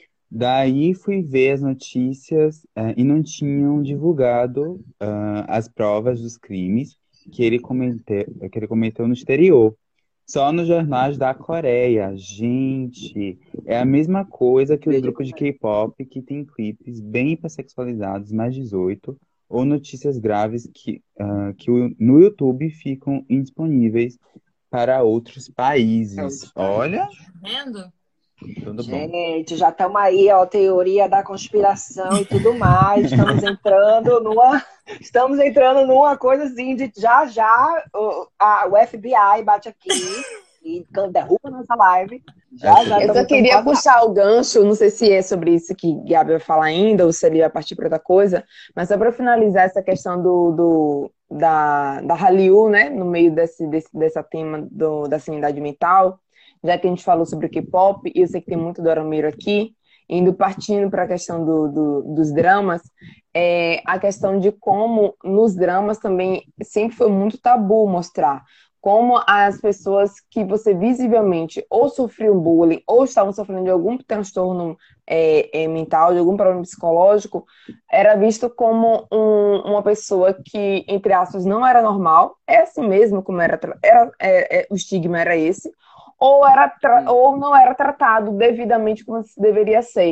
Daí fui ver as notícias, ah, e não tinham divulgado ah, as provas dos crimes que ele cometeu, que ele cometeu no exterior. Só nos jornais da Coreia. Gente, é a mesma coisa que os Veja grupos de como é. K-pop que tem clipes bem hipersexualizados, mais dezoito, ou notícias graves que, ah, que o- no YouTube ficam indisponíveis para outros países. Olha, Tá vendo? tudo bom. Gente, já estamos aí, ó, teoria da conspiração e tudo mais. Estamos entrando numa, estamos entrando numa coisa assim de já já o, a- o F B I bate aqui e derruba nossa live. Já É já Eu sobre só estamos queria quase lá. puxar o gancho, não sei se é sobre isso que Gabi vai falar ainda, ou se ele vai partir para outra coisa, mas só para finalizar essa questão do, do- da, da Hallyu, né, no meio desse, desse, dessa tema do, da sanidade mental, já que a gente falou sobre o K-pop, e eu sei que tem muito dorameiro aqui, indo partindo para a questão do, do- dos dramas, é, a questão de como nos dramas também sempre foi muito tabu mostrar como as pessoas que você visivelmente ou sofriam bullying ou estavam sofrendo de algum transtorno é, é, mental, de algum problema psicológico, era visto como um- uma pessoa que, entre aspas, não era normal, é assim mesmo como era, tra- era é, é, o estigma era esse, ou, era tra- ou não era tratado devidamente como se deveria ser.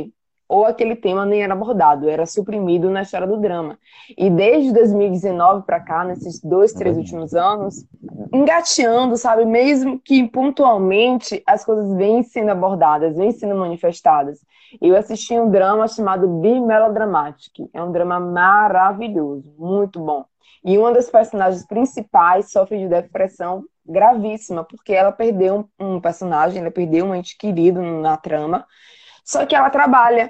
ou aquele tema nem era abordado, era suprimido na história do drama. E desde dois mil e dezenove para cá, nesses dois, três últimos anos, engateando, sabe, mesmo que pontualmente as coisas vêm sendo abordadas, vêm sendo manifestadas. Eu assisti um drama chamado Be Melodramatic, é um drama maravilhoso, muito bom. E uma das personagens principais sofre de depressão gravíssima, porque ela perdeu um, um personagem, ela perdeu um ente querido na trama, só que ela trabalha,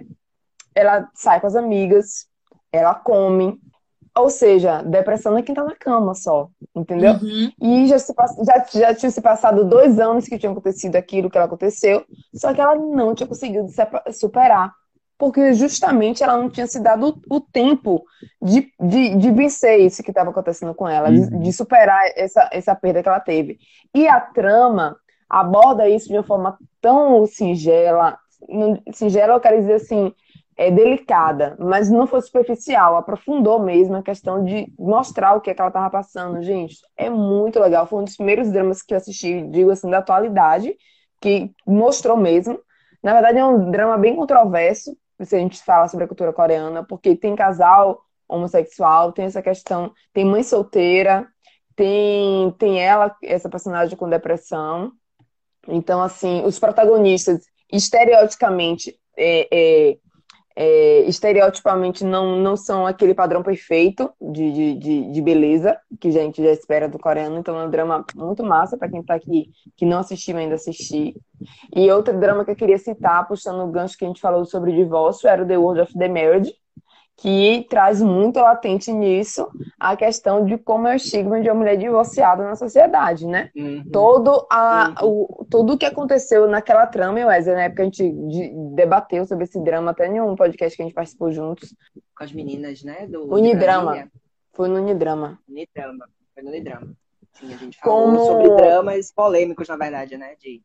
ela sai com as amigas, ela come, ou seja, depressão é quem tá na cama só, entendeu? Uhum. E já, se, já, já tinha se passado dois anos que tinha acontecido aquilo que ela aconteceu, só que ela não tinha conseguido superar, porque justamente ela não tinha se dado o, o tempo de, de, de vencer isso que estava acontecendo com ela, Uhum. de, de superar essa, essa perda que ela teve. E a trama aborda isso de uma forma tão singela, singela eu quero dizer assim, é delicada, mas não foi superficial, aprofundou mesmo a questão de mostrar o que, é que ela estava passando. Gente, é muito legal, foi um dos primeiros dramas que eu assisti, digo assim, da atualidade, que mostrou mesmo. Na verdade é um drama bem controverso, se a gente fala sobre a cultura coreana, porque tem casal homossexual, tem essa questão, tem mãe solteira, tem, tem ela, essa personagem com depressão. Então, assim, os protagonistas, estereotipamente, é, é, é, estereotipamente não, não são aquele padrão perfeito de, de, de, de beleza que a gente já espera do coreano. Então, é um drama muito massa para quem está aqui, que não assistiu ainda assistir. E outro drama que eu queria citar, puxando o gancho que a gente falou sobre divórcio, era o The World of the Marriage, que traz muito latente nisso a questão de como é o estigma de uma mulher divorciada na sociedade, né? Uhum. Todo, a, Uhum. o, tudo o que aconteceu naquela trama, e Wesley, na época a gente de, debateu sobre esse drama, até em um podcast que a gente participou juntos. Com as meninas, né? Do Unidrama. Foi no Unidrama. Unidrama. Foi no Unidrama. Sim, a gente falou Como... sobre dramas polêmicos, na verdade, né? De...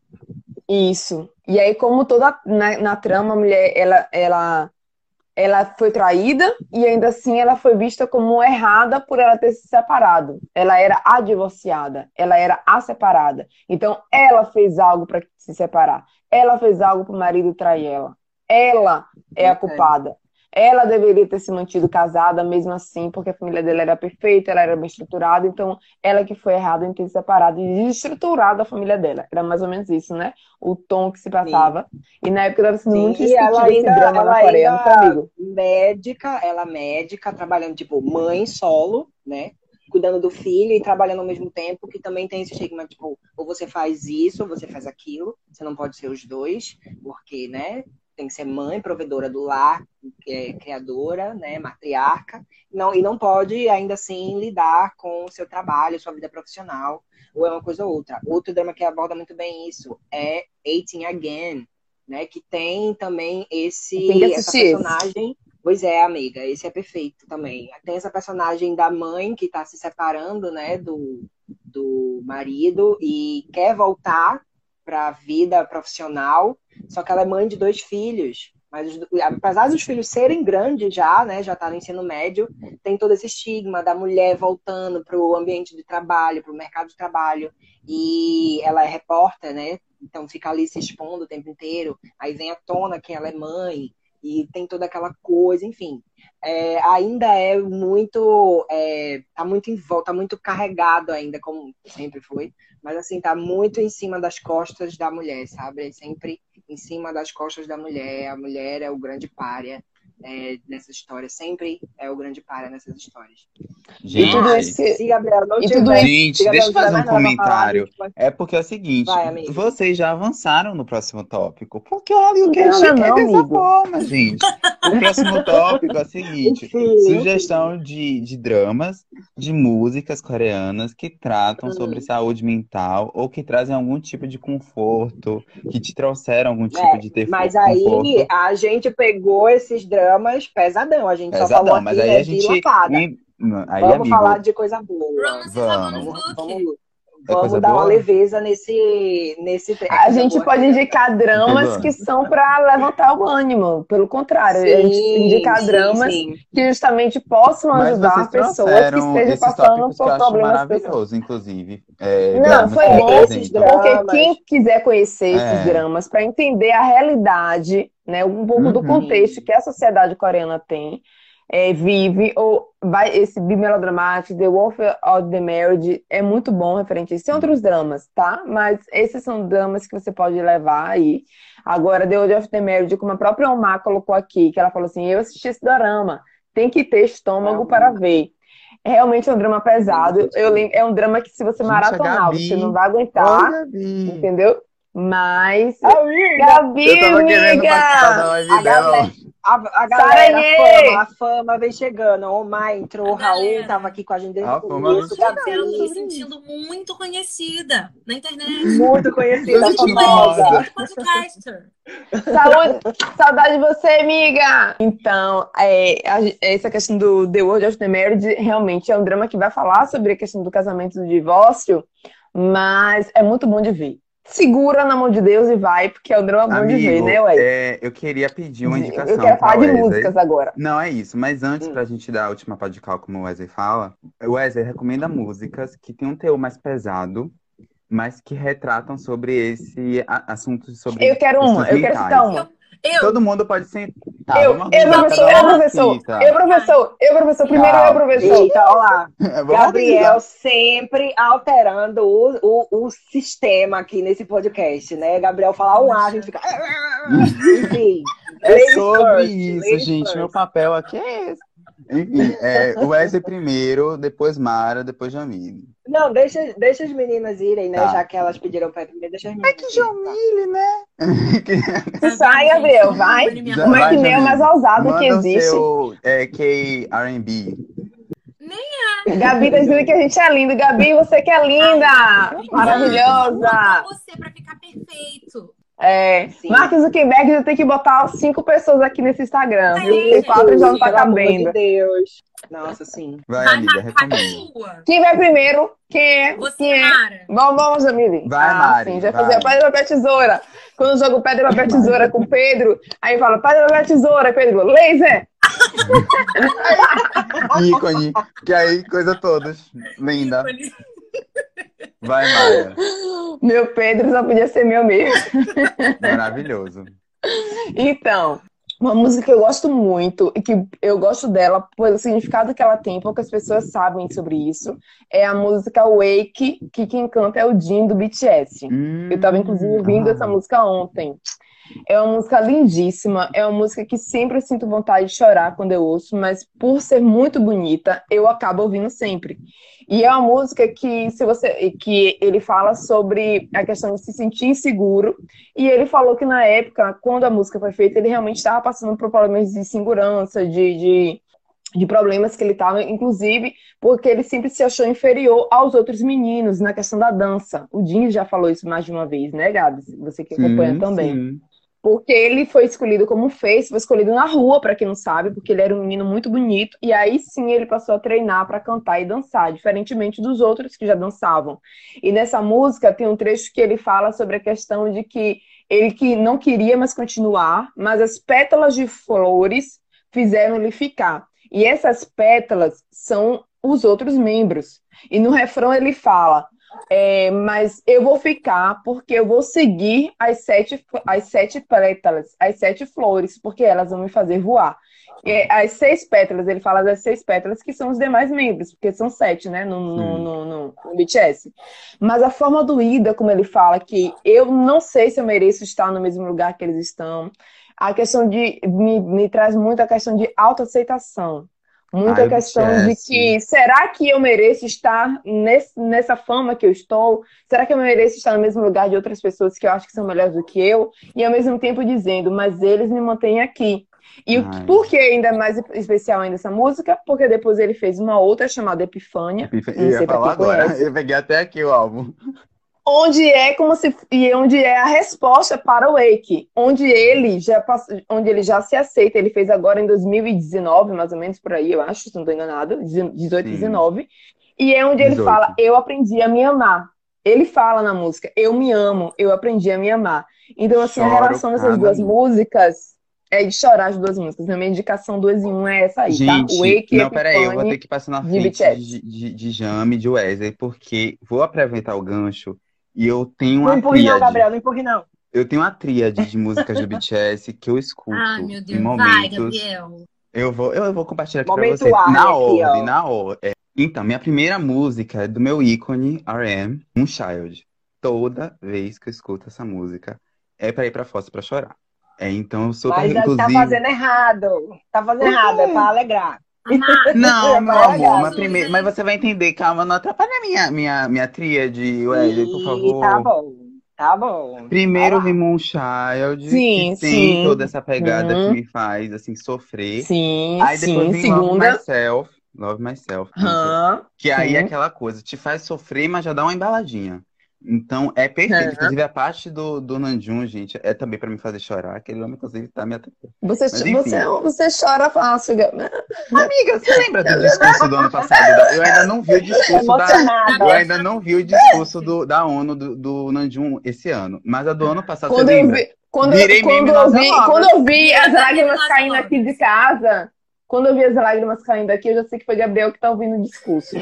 Isso. E aí, como toda na, na trama, a mulher, ela... ela ela foi traída e ainda assim ela foi vista como errada por ela ter se separado. Ela era a divorciada, ela era a separada. Então ela fez algo para se separar. Ela fez algo para o marido trair ela. Ela é a culpada. Ela deveria ter se mantido casada mesmo assim, porque a família dela era perfeita, ela era bem estruturada, então ela que foi errada em ter se separado e desestruturado a família dela. Era mais ou menos isso, né? O tom que se passava. Sim. E na época estava sendo Sim, muito discutido esse drama ela na Coreia, não foi, amigo? Médica, ela médica, trabalhando, tipo, mãe solo, né? Cuidando do filho e trabalhando ao mesmo tempo, que também tem esse estigma, tipo, ou você faz isso, ou você faz aquilo, você não pode ser os dois, porque, né? Tem que ser mãe, provedora do lar, é, criadora, né, matriarca, não, e não pode, ainda assim, lidar com o seu trabalho, sua vida profissional, ou é uma coisa ou outra. Outro drama que aborda muito bem isso é eighteen Again, né, que tem também esse, essa personagem... Esse. Pois é, amiga, esse é perfeito também. Tem essa personagem da mãe que está se separando, né, do, do marido e quer voltar para a vida profissional, só que ela é mãe de dois filhos. Mas apesar dos filhos serem grandes já, né, já tá no ensino médio, tem todo esse estigma da mulher voltando para o ambiente de trabalho, para o mercado de trabalho, e ela é repórter, né, então fica ali se expondo o tempo inteiro, aí vem à tona que ela é mãe, e tem toda aquela coisa, enfim. É, ainda é muito, é, tá muito em volta, tá muito carregado ainda, como sempre foi, mas assim, tá muito em cima das costas da mulher, sabe? É sempre em cima das costas da mulher, a mulher é o grande pária é, nessa história, sempre é o grande pária nessas histórias. Gente, Mas, se Gabriel não e tiver... tudo gente se deixa eu fazer um comentário. Falar, é porque é o seguinte, vai, vocês já avançaram no próximo tópico, porque o HallyoCast não, é não, dessa amigo. forma, gente. O próximo tópico é o seguinte, sugestão de, de dramas, de músicas coreanas que tratam sobre saúde mental ou que trazem algum tipo de conforto, que te trouxeram algum tipo É, de ter mas conforto. aí a gente pegou esses dramas pesadão, a gente só Pesadão, falou mas aqui, aí né, a gente... de lapada. Aí, Vamos amigo, falar de coisa boa. Promises Vamos. Vamos, Vamos, vamos, vamos, É vamos coisa dar boa? uma leveza nesse... nesse é A coisa gente boa, pode coisa indicar dramas boa. que são para levantar o ânimo. Pelo contrário, a gente Sim, indicar sim, dramas sim. que justamente possam Mas ajudar vocês pessoas que trouxeram estejam esses passando tópicos que eu por acho problemas pessoais. maravilhoso, inclusive. É, Não, dramas foi que bom, esses representam. porque dramas. quem quiser conhecer esses É. dramas para entender a realidade né? Um pouco do Uhum. contexto que a sociedade coreana tem, é, vive, ou vai esse bimelodramático, The Wolf of the Marriage, é muito bom referente a isso. Tem outros dramas, tá? Mas esses são dramas que você pode levar aí. Agora, The Wolf of the Marriage, como a própria Omar colocou aqui, que ela falou assim, eu assisti esse drama, tem que ter estômago Ah. para ver. Realmente é um drama pesado. Eu lem- é um drama que se você Gente, a maratonar, Gabi. você não vai Oi, aguentar, Gabi. entendeu? Mas... Amiga! Gabi, Eu tava querendo participar da amiga! live A dela. galera, a, a galera, a Saranhê! fama, a fama vem chegando. O Omar entrou, o A Raul galera. tava aqui com a gente desde A o fama vem começo, Gente, eu Gabi, tô me sentindo muito conhecida na internet. muito conhecida, Tô sentindo famosa. famosa. Podcaster. Saúde, saudade de você, amiga! Então, é, a- essa questão do The World of the Marriage realmente é um drama que vai falar sobre a questão do casamento e do divórcio, mas é muito bom de ver. Segura na mão de Deus e vai, porque é um drama bom de ver, Amigo, né, ué? é, eu queria pedir uma Eu indicação quero pra falar de Wesley. músicas agora. Não, é isso. Mas antes, Hum. pra gente dar a última pá de cal, como o Wesley fala, o Wesley recomenda músicas que tem um teor mais pesado, mas que retratam sobre esse a- assunto sobre Eu quero uma, questões eu quero citar mentais. uma. Eu, Todo mundo pode sentar. Eu, Vamos eu, organizar, professor, cada eu, um professor, cita. eu, professor, eu, professor, primeiro eu, Calma. professor. Eita, olha lá. Vamos Gabriel organizar. sempre alterando o, o, o sistema aqui nesse podcast, né? Gabriel fala um A, a gente fica. Enfim. É ladies sobre first, isso, ladies gente. first. Meu papel aqui é esse. Enfim, é, o Wesley primeiro, depois Mara, depois Jamile. Não, deixa, deixa as meninas irem, né? Tá. Já que elas pediram pra ir primeiro, deixa as meninas Que irem, tá? Jamile, né? Sai, Gabriel, vai. Ele me Já- O vai, Mac Ney é o mais Jamile. ousado que Manda o existe. seu é, K R and B. Gabi tá dizendo que a gente é lindo. Gabi, você que é linda! Ai, Maravilhosa! Igual você pra ficar perfeito. É, Sim. Mark Zuckerberg já tem que botar cinco pessoas aqui nesse Instagram, viu? É, Porque quatro já não tá Pelo amor de cabendo. Deus. Nossa, sim. Vai, Vai amiga, marcar a recomendo. sua. Quem vai primeiro? Quem é? Você, Quem é? Mara. Vamos, vamos, Jamile. Vai, ah, Mari, sim, já vai. fazia pedra, papel, tesoura. Quando eu jogo pedra, papel, tesoura com o Pedro, aí fala pedra, papel, tesoura, Pedro, laser! Ícone. Que aí, coisa todas. Linda. Ícone. Vai, Mara. Meu Pedro só podia ser meu mesmo. Maravilhoso. Então, uma música que eu gosto muito e que eu gosto dela pelo significado que ela tem, poucas pessoas sabem sobre isso, é a música Wake, que quem canta é o Jin do B T S. Eu tava, inclusive, ouvindo ah. essa música ontem. É uma música lindíssima, é uma música que sempre eu sinto vontade de chorar quando eu ouço, mas por ser muito bonita, eu acabo ouvindo sempre. E é uma música que, se você, que ele fala sobre a questão de se sentir inseguro, e ele falou que na época, quando a música foi feita, ele realmente estava passando por problemas de insegurança, de, de, de problemas que ele estava, inclusive, porque ele sempre se achou inferior aos outros meninos na questão da dança. O Jin já falou isso mais de uma vez, né, Gabi? Você que acompanha Sim, também. sim. Porque ele foi escolhido como fez, foi escolhido na rua, pra quem não sabe, porque ele era um menino muito bonito, e aí sim ele passou a treinar pra cantar e dançar, diferentemente dos outros que já dançavam. E nessa música tem um trecho que ele fala sobre a questão de que ele que não queria mais continuar, mas as pétalas de flores fizeram ele ficar. E essas pétalas são os outros membros. E no refrão ele fala... É, mas eu vou ficar porque eu vou seguir as sete, as sete pétalas, as sete flores, porque elas vão me fazer voar. E as seis pétalas, ele fala das seis pétalas que são os demais membros, porque são sete, né, no, no, no, no, no B T S. Mas a forma do Ida, como ele fala, que eu não sei se eu mereço estar no mesmo lugar que eles estão, a questão de, me, me traz muito a questão de autoaceitação. Muita Ai, questão B T S. de que, será que eu mereço estar nesse, nessa fama que eu estou? Será que eu mereço estar no mesmo lugar de outras pessoas que eu acho que são melhores do que eu? E ao mesmo tempo dizendo, mas eles me mantêm aqui. E o, Ai. por que ainda é mais especial ainda essa música? Porque depois ele fez uma outra chamada Epifânia. Eu Não ia sei pra falar quem agora. conhece. Eu peguei até aqui o álbum. Onde é como se e onde é a resposta para o Wake, onde ele já passou, onde ele já se aceita, ele fez agora em dois mil e dezenove, mais ou menos por aí, eu acho, se não estou enganado, dezoito, Sim. dezenove, e é onde ele dezoito. fala, eu aprendi a me amar. Ele fala na música, eu me amo, eu aprendi a me amar. Então, assim, a Choro relação dessas cada duas música. músicas é de chorar as duas músicas. A minha indicação dois em um é essa aí, Gente, tá? Wake e não, peraí, eu vou Epifânia ter que passar na de frente B T S. de, de, de Jame, de Wesley, porque vou aproveitar o gancho e eu tenho Não uma empurre não, tríade. Gabriel, não empurre não. eu tenho uma tríade de músicas do B T S que eu escuto Ai, meu em Deus. Vai, momentos. Gabriel. Eu vou, eu vou compartilhar aqui pra Momento vocês. Arya Na aqui, ordem, ó. na ordem. Então, minha primeira música é do meu ícone, R M, Moonchild. Toda vez que eu escuto essa música, é pra ir pra fossa pra chorar. É, então, eu super, Mas tá inclusive. fazendo errado. Tá fazendo Por errado, é quê? pra alegrar. Amado. Não, É meu pra amor, alegar. mas, Jesus, primeiro, mas hein? você vai entender, calma, não atrapalha minha, minha, minha tríade, Wesley, por E tá favor. bom, tá bom. Vai Primeiro vem lá. Moonchild, que Sim, tem toda sim. essa pegada que Hum, me faz, assim, sofrer. sim, Aí depois sim. vem Love Segunda. Myself, Love Myself, Angel, Hã, que aí é sim. aquela coisa, te faz sofrer, mas já dá uma embaladinha. Então é perfeito. Hã. Inclusive a parte do, do Namjoon, gente, é também pra me fazer chorar. Aquele homem, inclusive, tá me atacando. Você, Mas você, enfim. você chora fácil, Gabriel. Amiga, você lembra do discurso do ano passado? da- Eu ainda não vi o discurso da. Emocionada. Eu ainda não vi o discurso do, da ONU do, do Namjoon esse ano. Mas a do ano passado, você Quando eu lembra? vi, quando, Virei quando meme eu nas vi, quando lovers. eu vi Virou as meme lágrimas nas caindo aqui de lovers. casa, quando eu vi as lágrimas caindo aqui, eu já sei que foi Gabriel que tá ouvindo o discurso.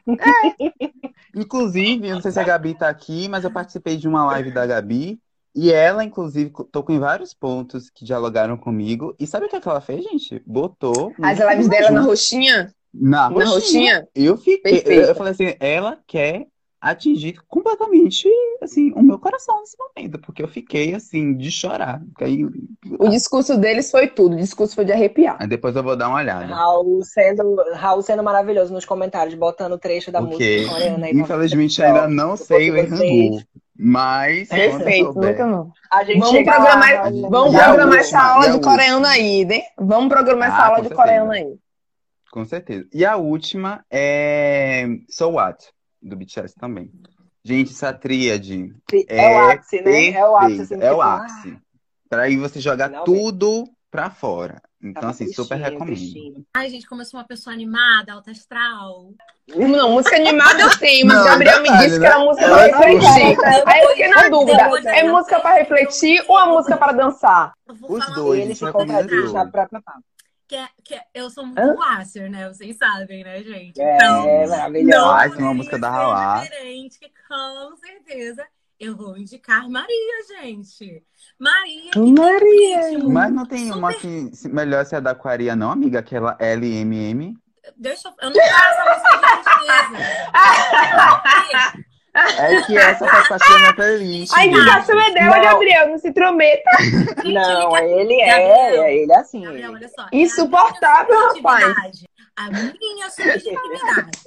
Inclusive, eu não sei se a Gabi tá aqui, mas eu participei de uma live da Gabi. E ela, inclusive, co- tocou em vários pontos que dialogaram comigo. E sabe o que é que ela fez, gente? Botou As música do lives dela na Namjoon roxinha, na na roxinha. roxinha, Eu fiquei, eu eu perfeita. falei assim, ela quer atingir completamente, assim, o meu coração nesse momento, porque eu fiquei, assim, de chorar. Fiquei... O discurso deles foi tudo, o discurso foi de arrepiar. Aí depois eu vou dar uma olhada. Raul sendo, Raul sendo maravilhoso nos comentários, botando o trecho da música Porque, coreana aí pra infelizmente, vocês, ó. ainda não Se sei o fosse vocês, Errangu. Mas, quando eu Perfeito, nunca souber. não. a gente Vamos chega lá, programar, Raul. vamos E a programar essa última, aula e a de coreano última. aí, né? Vamos programar essa Ah, aula com de certeza. coreano aí. Com certeza. E a última é So What, do B T S também. Gente, essa tríade É o é ápice, né? É o ápice, assim, perfeita. É o tipo, ah, ápice. Pra aí você jogar finalmente. tudo pra fora. Então, Tava assim, super tristinho, recomendo. tristinho. Ai, gente, como eu sou uma pessoa animada, alta astral. Não, música animada eu tenho, mas Não, Gabriel me detalhe, disse que né? era música Ela pra escuta. refletir. Aí eu fiquei na Depois- dúvida, depois é dessa música pra festa, refletir eu ou a tenho- música pra dançar? Eu vou Os falar dois, uma Ele gente, coisa se vai comer pra os contradiz vocês. na dois. própria fala. Que, é- que é- eu sou muito Hã? Wasser, né? Vocês sabem, né, gente? É, Então, não maravilhoso. Ai, tem uma poderia música da ser Halas. diferente, que com certeza eu vou indicar Maria, gente. Maria, que Maria. tem um ritmo Mas não tem uma super... que se- melhor se adequaria, não, amiga? Aquela L M M. Deixa eu... Eu não faço essa música de tristeza. É que essa faz parte da minha playlist, A indicação gente. é dela, Não. Gabriel, não se intrometa. Gente, Não, ele ele quer- é, Gabriel, é ele é assim. Gabriel, ele. olha só. Insuportável, é a minha rapaz. subjetividade. A minha subjetividade.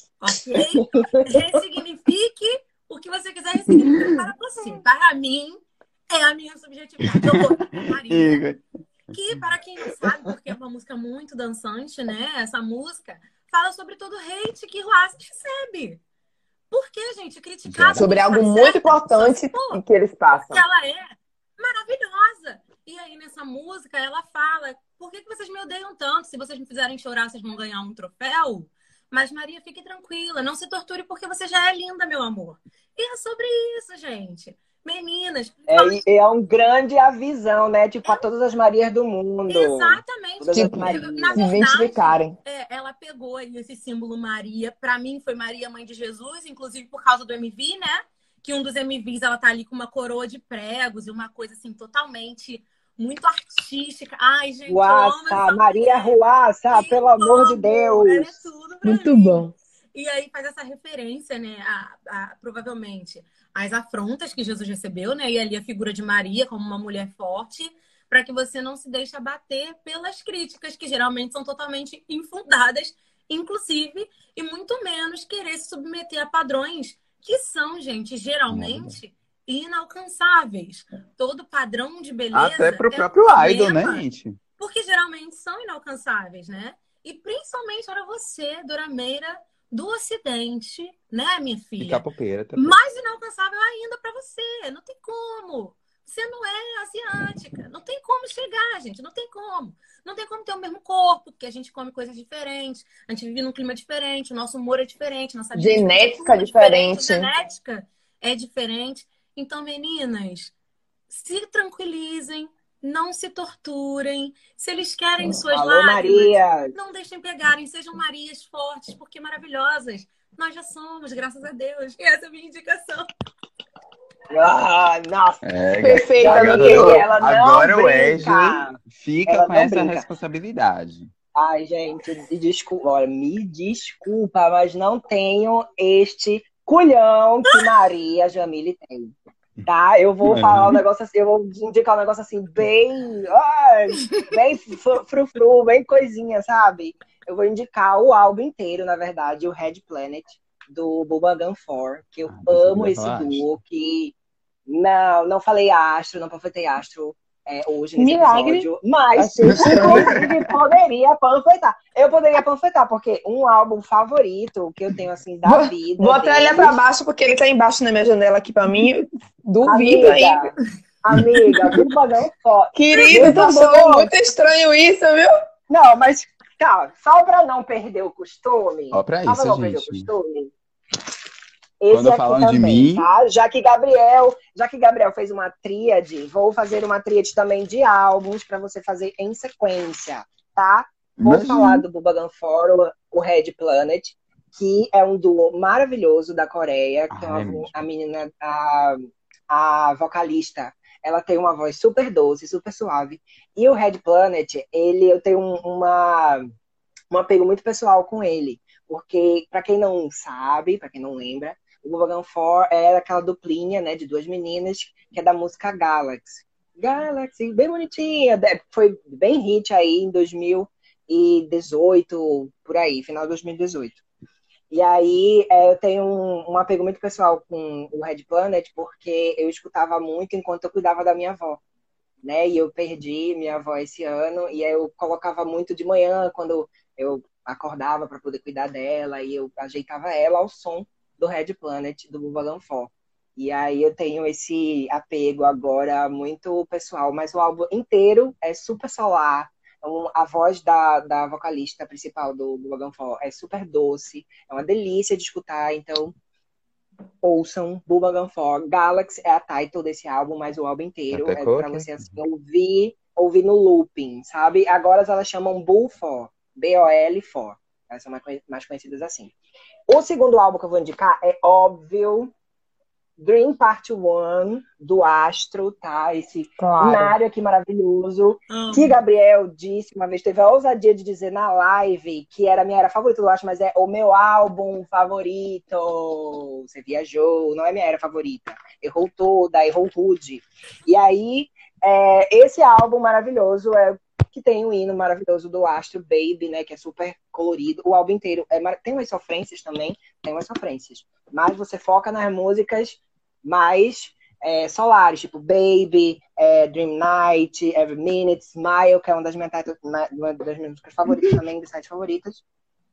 Ok? Ressignifique o que você quiser ressignificar para você. Para mim, é a minha subjetividade. Eu vou Maria, Igor. que, para quem não sabe, porque é uma música muito dançante, né? Essa música fala sobre todo o hate que o Asa recebe. Por que, gente? Criticar Sobre algo música muito certa, importante pô, em que eles passam. que ela é maravilhosa. E aí, nessa música, ela fala: por que, que vocês me odeiam tanto? Se vocês me fizerem chorar, vocês vão ganhar um troféu. Mas, Maria, fique tranquila. Não se torture porque você já é linda, meu amor. E é sobre isso, gente. Meninas. É, e é um grande avisão, né? Tipo, a todas as Marias do mundo. Exatamente. Todas Tipo, as Marias. Na Se verdade, identificarem. é, ela pegou aí esse símbolo Maria. Pra mim, foi Maria, mãe de Jesus, inclusive por causa do M V, né? Que um dos M Vs, ela tá ali com uma coroa de pregos e uma coisa, assim, totalmente muito artística. Ai, gente, eu amo Ruaça, essa Maria mulher. Ruaça, Eu pelo amor de amo. Deus. Ela é tudo pra Muito mim. bom. E aí faz essa referência, né, a, a- provavelmente, às afrontas que Jesus recebeu, né, e ali a figura de Maria como uma mulher forte, para que você não se deixe abater pelas críticas, que geralmente são totalmente infundadas, inclusive, e muito menos querer se submeter a padrões que são, gente, geralmente inalcançáveis. Todo padrão de beleza Até pro é um próprio idol, problema, né, gente? porque geralmente são inalcançáveis, né? E principalmente para você, Dorameira do Ocidente, né, minha E filha? capoeira também. Mais inalcançável ainda para você. Não tem como. Você não é asiática. Não tem como chegar, gente. Não tem como. Não tem como ter o mesmo corpo, porque a gente come coisas diferentes. A gente vive num clima diferente. O nosso humor é diferente. Nossa Genética cultura é diferente. Genética é diferente. Então, meninas, se tranquilizem. Não se torturem. Se eles querem suas Alô, lágrimas, Maria. não deixem pegarem. Sejam Marias fortes, porque maravilhosas nós já somos, graças a Deus. E essa é a minha indicação. Ah, nossa. É, Perfeita, agora, amiga. Ela não agora o brinca. Wesley fica Ela com não essa brinca. responsabilidade. Ai, gente, me desculpa, olha, me desculpa, mas não tenho este culhão que Maria Jamile tem. Tá? Eu vou falar um negócio assim, eu vou indicar um negócio assim, bem, ai, bem frufru, bem coisinha, sabe? Eu vou indicar o álbum inteiro, na verdade, o Red Planet, do Bubblegum Four, que eu Ah, pensei que amo ia esse falar duo, que não, não falei astro, não profetei astro é, hoje nesse Milagre. episódio, mas Achei estranho. inclusive poderia panfletar. Eu poderia panfletar, porque um álbum favorito que eu tenho assim da Vou, vida. vou até olhar deles, pra baixo, porque ele tá embaixo na minha janela aqui pra mim. Duvido ainda. Amiga, amiga, Bubblegum Four. Querido, tá Muito achando bom. muito estranho isso, viu? Não, mas tá, só pra não perder o costume. Ó, pra só isso, pra não perder o gente. costume. Esse Quando aqui falam de também, mim- tá? Já que Gabriel, já que Gabriel fez uma tríade, vou fazer uma tríade também de álbuns pra você fazer em sequência, tá? Vou Imagina. falar do Bubblegum Four, o Red Planet, que é um duo maravilhoso da Coreia, que é Ai, uma, mesmo. a menina, a, a vocalista, ela tem uma voz super doce, super suave. E o Red Planet, ele, eu tenho um, uma, um apego muito pessoal com ele, porque, pra quem não sabe, pra quem não lembra, o Bubblegum Four era aquela duplinha, né, de duas meninas, que é da música Galaxy. Galaxy, bem bonitinha, foi bem hit aí em dois mil e dezoito, por aí, final de dois mil e dezoito. E aí é, eu tenho um, um apego muito pessoal com o Red Planet, porque eu escutava muito enquanto eu cuidava da minha avó, né? E eu perdi minha avó esse ano, e aí eu colocava muito de manhã, quando eu acordava para poder cuidar dela, e eu ajeitava ela ao som do Red Planet, do Bubblegum Four. E aí eu tenho esse apego agora muito pessoal, mas o álbum inteiro é super solar. Um, a voz da, da vocalista principal do Bubblegum Four é super doce, é uma delícia de escutar, então ouçam Bubblegum Four. Galaxy é a title desse álbum, mas o álbum inteiro Até é coloquei pra você aqui. assim, ouvir, ouvir no looping, sabe? Agora elas chamam Bull Four, B O L Four, elas são mais, mais conhecidas assim. O segundo álbum que eu vou indicar é óbvio, Dream Part One, do Astro, tá? Esse Claro. cenário aqui maravilhoso. Amo. Que Gabriel disse uma vez, teve a ousadia de dizer na live que era minha era favorita do Astro, mas é o meu álbum favorito. Você viajou, não é minha era favorita. Errou toda, errou rude. E aí, é, esse álbum maravilhoso é que tem um hino maravilhoso do Astro, Baby, né? Que é super colorido. O álbum inteiro é mar... tem umas sofrências também, tem umas sofrências. Mas você foca nas músicas mais é, solares, tipo Baby, é, Dream Night, Every Minute, Smile, que é uma das minhas, uma das minhas músicas favoritas também, das sete favoritas.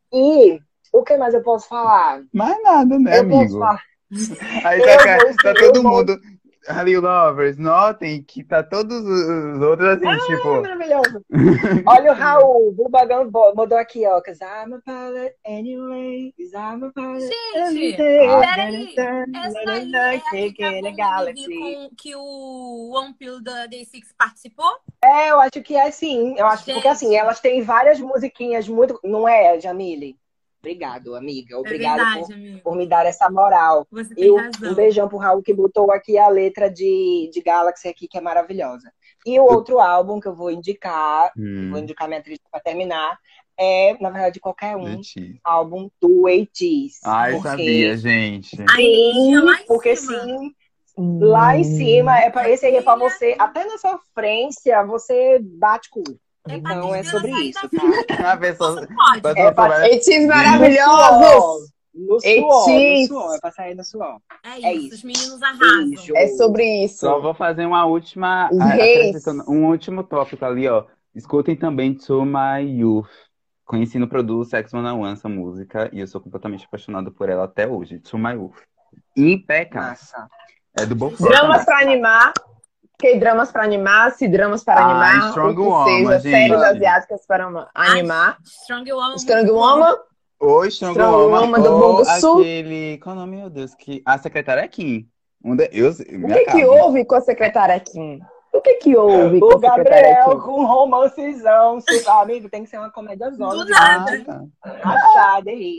E o que mais eu posso falar? Mais nada, né, eu amigo? posso falar. Aí Eu tá, vou- tá eu todo vou- mundo. Hallyu Lovers, notem que tá todos os outros assim, Ah, tipo. maravilhoso. Olha o Raul, o Bubagão mudou aqui, ó. Cause I'm a pilot anyway, cause I'm a pilot Gente, Ah. peraí. Essa daí é a que gravou um M V com que o One Pill da Day Six participou? É, eu acho que é sim. Eu acho que porque Gente. assim, elas têm várias musiquinhas muito. Não é, Jamile? Obrigado, amiga. É Obrigada verdade, por, amigo. por me dar essa moral. Você tem E um, razão. um beijão pro Raul que botou aqui a letra de, de Galaxy aqui, que é maravilhosa. E o outro álbum que eu vou indicar, Hum. vou indicar minha trilha para terminar, é, na verdade, qualquer um Gente. álbum do eighties. Ai, porque, sabia, gente. A energia lá em porque cima. sim, lá em cima, é pra, esse aí é pra você, até na sofrência, você bate com. É pra Então é tristeza sobre sair isso, da tá? A pessoa. Você pode. a pessoa É pra- vai- Eighties No maravilhosos! No suor, Eighties. no suor, é pra sair no suor. É isso, É isso. os meninos arrasam. Beijo. É sobre isso. Só vou fazer uma última. Os a- reis. acrescentando um último tópico ali, ó. Escutem também To My Youth. Conheci no produto Sex one oh one essa música e eu sou completamente apaixonado por ela até hoje. To My Youth. Impecável. Massa. É do Bonfort Dramas também. pra animar. K-dramas pra animar, C-dramas para Ah, animar. Strong o que Woman, seja, gente. séries asiáticas para ama- animar. Strong Woman. Strong muito bom. Woman. Ou Strong Strong Woman, Woman do ou Bom do Sul. aquele... Qual é o nome, meu Deus? Que... A secretária é Kim. Um de... Eu, O me que que acabo. houve com a secretária Kim? O que que houve com O a secretária Gabriel Kim? com romancezão. Amigo, tem que ser uma comédia zona. Do de nada. Ah, tá. Achada aí.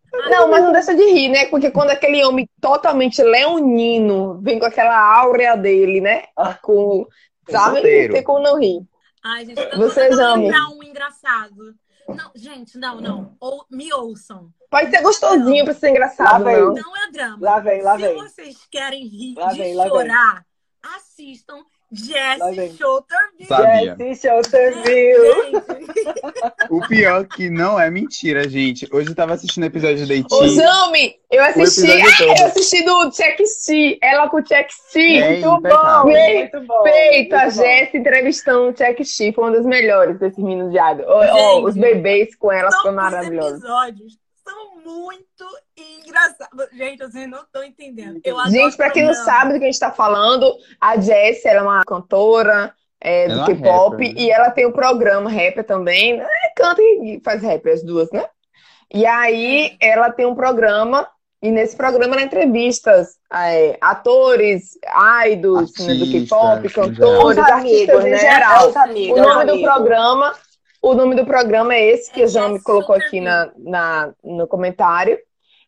Não, mas não deixa de rir, né? Porque quando aquele homem totalmente leonino vem com aquela áurea dele, né? Ah, Com, sabe? Não Solteiro. tem como não rir. Ai, gente, eu tô Você, tentando Jami, lembrar um engraçado. Não, gente, não, não. Ou me ouçam. pode ser Não é gostosinho pra drama. ser engraçado, Lá vem. não. Não é drama. Lá vem, lá Se vem. vocês querem rir Lá de vem, lá vem. chorar, assistam Lá Jessie vem. Schulterville. Sabia. Jessie Schulterville. Gente, O pior que não é mentira, gente. Hoje eu tava assistindo o episódio da Ô, Iti. Jami, eu assisti. episódio Ah, todo. eu assisti do Check T. Ela com o Check T. É Muito bom, impecável. Feito, muito bom. feito a muito bom. Jess entrevistando o Check T. Foi uma das melhores desses meninos de Ado. Ô, ô, os Gente, bebês com ela são foi os maravilhoso. episódios são muito engraçados. Gente, vocês não estão entendendo. Eu adoro Gente, pra quem não programa. sabe do que a gente tá falando, a Jess, ela é uma cantora é, Ela do é uma K-pop rapper, né? e ela tem um programa rapper também, né? Canta e faz rap as duas, né? E aí ela tem um programa e nesse programa ela entrevista é, atores, idols né, do K-pop, Artistas, em cantores, Os artistas amigos, em né? geral. Os amigos, O os nome do amigos. programa, o nome do programa é esse que É a Jami Jess colocou aqui Schulterville. na, na, no comentário.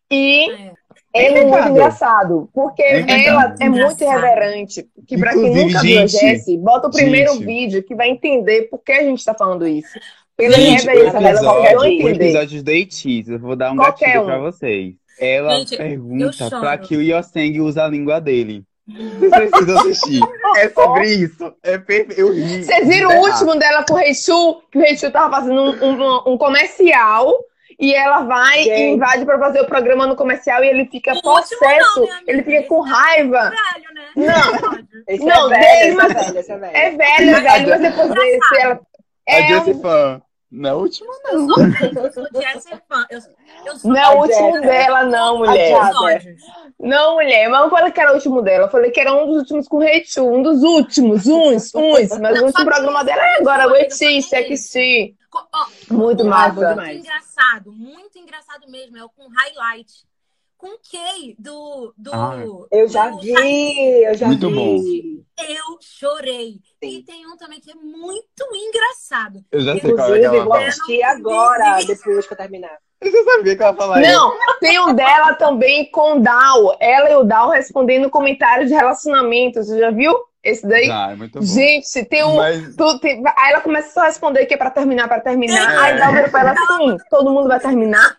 E É. é Impecável. muito engraçado, porque É ela impecável. é muito Engraçado. irreverente. Que pra quem Inclusive, nunca viu a gente, Jessie, bota o primeiro gente. vídeo que vai entender por que a gente tá falando isso. Pela Gente, o irreverência dela, qualquer um episódio, o entender. episódio da Itis, eu vou dar um Qualquer gatilho pra um. vocês. Ela Gente, eu pergunta pra choro. que o Yoseng usa a língua dele. Precisa assistir. É sobre isso. É perfeito. Eu ri. Vocês viram de o berrar. último dela com o Reichu? Que o Reichu tava fazendo um, um- um comercial e ela vai Gente. e invade pra fazer o programa no comercial e ele fica O último possesso, não, né, amiga? ele fica com Esse raiva. Velho, né? Não. Episódio. Esse Não, é velho, dele, esse mas- é velho, esse é velho. É velho, é velho, mas depois desse ela. A É Jessie um- fã. Na última, Eu não. sou, eu sou Jessie fã. Eu, eu sou Não é o A último Jessie. dela, não, A mulher. Jessie. episódios. Não, mulher, mas não falei que era o último dela. Eu falei que era um dos últimos com o Reichu, um dos últimos, uns, uns. Mas o último programa dela é agora, o Eti, Sexy. Co- ó, Muito um massa. bom demais. Muito engraçado, muito engraçado mesmo. É o com highlight. Com o Kay do. do Ah, Eu já do vi, eu já Muito vi. Eu chorei. Sim. E tem um também que é muito engraçado. eu já sei qual é que Inclusive, ela vou fala. assistir agora, depois que eu terminar. Você sabia que ela fala isso? Não, tem um dela também com o Dal. Ela e o Dal respondendo comentários de relacionamento. Você já viu esse daí? Já, é muito bom. Gente, tem um. Mas tu- tem- aí ela começa só a responder que é pra terminar, pra terminar. É. Aí Dal vira pra ela assim: todo mundo vai terminar.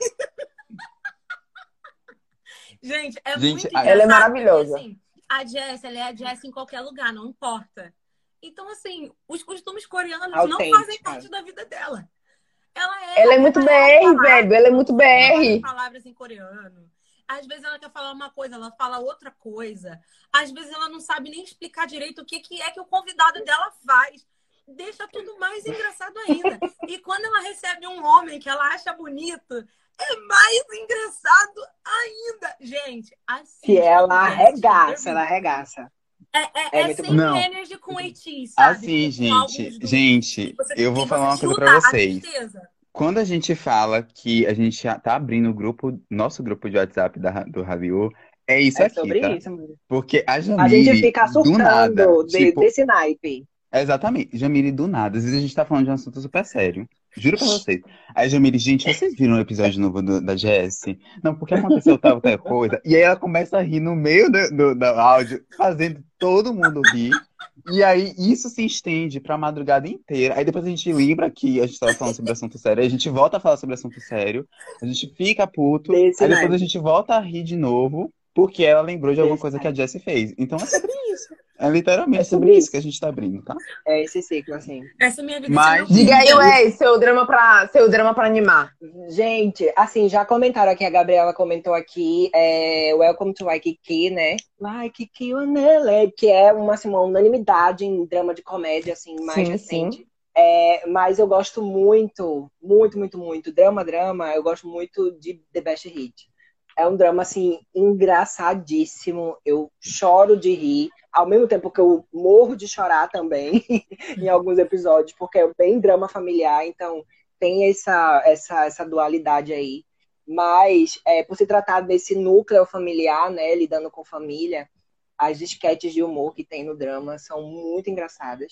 Gente, é Gente, muito a- engraçado. Ela é maravilhosa. porque, assim, a Jess, ela é a Jess em qualquer lugar, não importa. Então, assim, os costumes coreanos não Autêntica. fazem parte da vida dela. Ela é, Ela é muito B R, velho. Ela é muito B R. R. Palavras em coreano. Às vezes ela quer falar uma coisa, ela fala outra coisa. Às vezes ela não sabe nem explicar direito o que, que é que o convidado dela faz. Deixa tudo mais engraçado ainda. E quando ela recebe um homem que ela acha bonito, é mais engraçado ainda. Gente, assim. Que ela arregaça, ela arregaça. É, é, É é muito sem bom. Não. energy com Eti, sabe? assim, Com alguns gente, do- gente, você- eu vou você falar uma coisa chuta pra a vocês. tristeza. Quando a gente fala que a gente já tá abrindo o grupo, nosso grupo de WhatsApp da, do Hallyu, é isso É aqui, sobre tá? isso, amor. Porque a A Jamile, gente fica do nada, surtando de- tipo, desse naipe. exatamente, Jamile do nada, às vezes a gente tá falando de um assunto super sério, juro pra vocês. Aí Jamile, gente, vocês viram o episódio novo do- da Jessie? Não, porque aconteceu tal, tal coisa. E aí ela começa a rir no meio do, do, do áudio, fazendo todo mundo rir. E aí isso se estende pra madrugada inteira. Aí depois a gente lembra que a gente tava falando sobre assunto sério, aí a gente volta a falar sobre assunto sério, a gente fica puto, Desse aí depois naipe. a gente volta a rir de novo, porque ela lembrou de alguma Desse coisa que a naipe. Jessie fez. Então é sobre isso. É literalmente É sobre sobre isso isso. que a gente tá abrindo, tá? É esse ciclo, assim. Essa é minha vida. Mas- esse é meu Diga aí, filho. Wes, seu drama pra, seu drama pra animar. Gente, assim, já comentaram aqui, a Gabriela comentou aqui, é, Welcome to Waikiki, né? Waikiki Wanele, que é uma, assim, uma unanimidade em drama de comédia, assim, mais Sim, recente. É, mas eu gosto muito, muito, muito, muito, drama, drama, eu gosto muito de The Best Hit. É um drama, assim, engraçadíssimo, eu choro de rir, ao mesmo tempo que eu morro de chorar também, em alguns episódios, porque é bem drama familiar, então tem essa, essa, essa dualidade aí. Mas, é, por se tratar desse núcleo familiar, né, lidando com família, as esquetes de humor que tem no drama são muito engraçadas.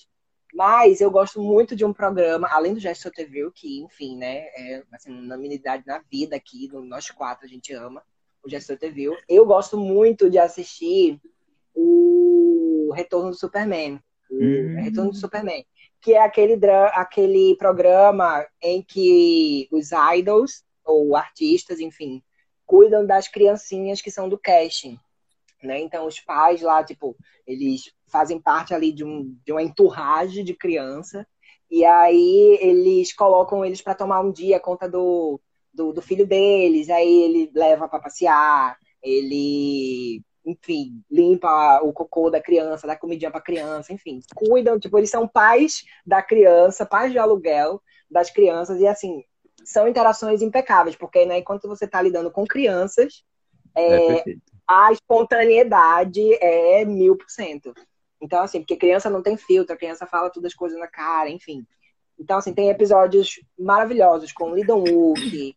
Mas eu gosto muito de um programa, além do Gestor T V, que, enfim, né, é assim, na minha idade, na vida aqui, no- nós quatro a gente ama o Gestor T V. Eu gosto muito de assistir o Retorno do Superman. O Retorno do Hum, Superman. Que é aquele, dra- aquele programa em que os idols, ou artistas, enfim, cuidam das criancinhas que são do casting, né? Então, os pais lá, tipo, eles fazem parte ali de, um, de uma entourage de criança, e aí eles colocam eles para tomar um dia conta do, do, do filho deles, aí ele leva para passear, ele, enfim, limpa o cocô da criança, dá comidinha para criança, enfim, cuidam, tipo, eles são pais da criança, pais de aluguel das crianças, e assim, são interações impecáveis, porque, né, enquanto você está lidando com crianças, é é, perfeito. a espontaneidade é mil por cento. Então, assim, porque criança não tem filtro, a criança fala todas as coisas na cara, enfim. Então, assim, tem episódios maravilhosos com Lidon Wook,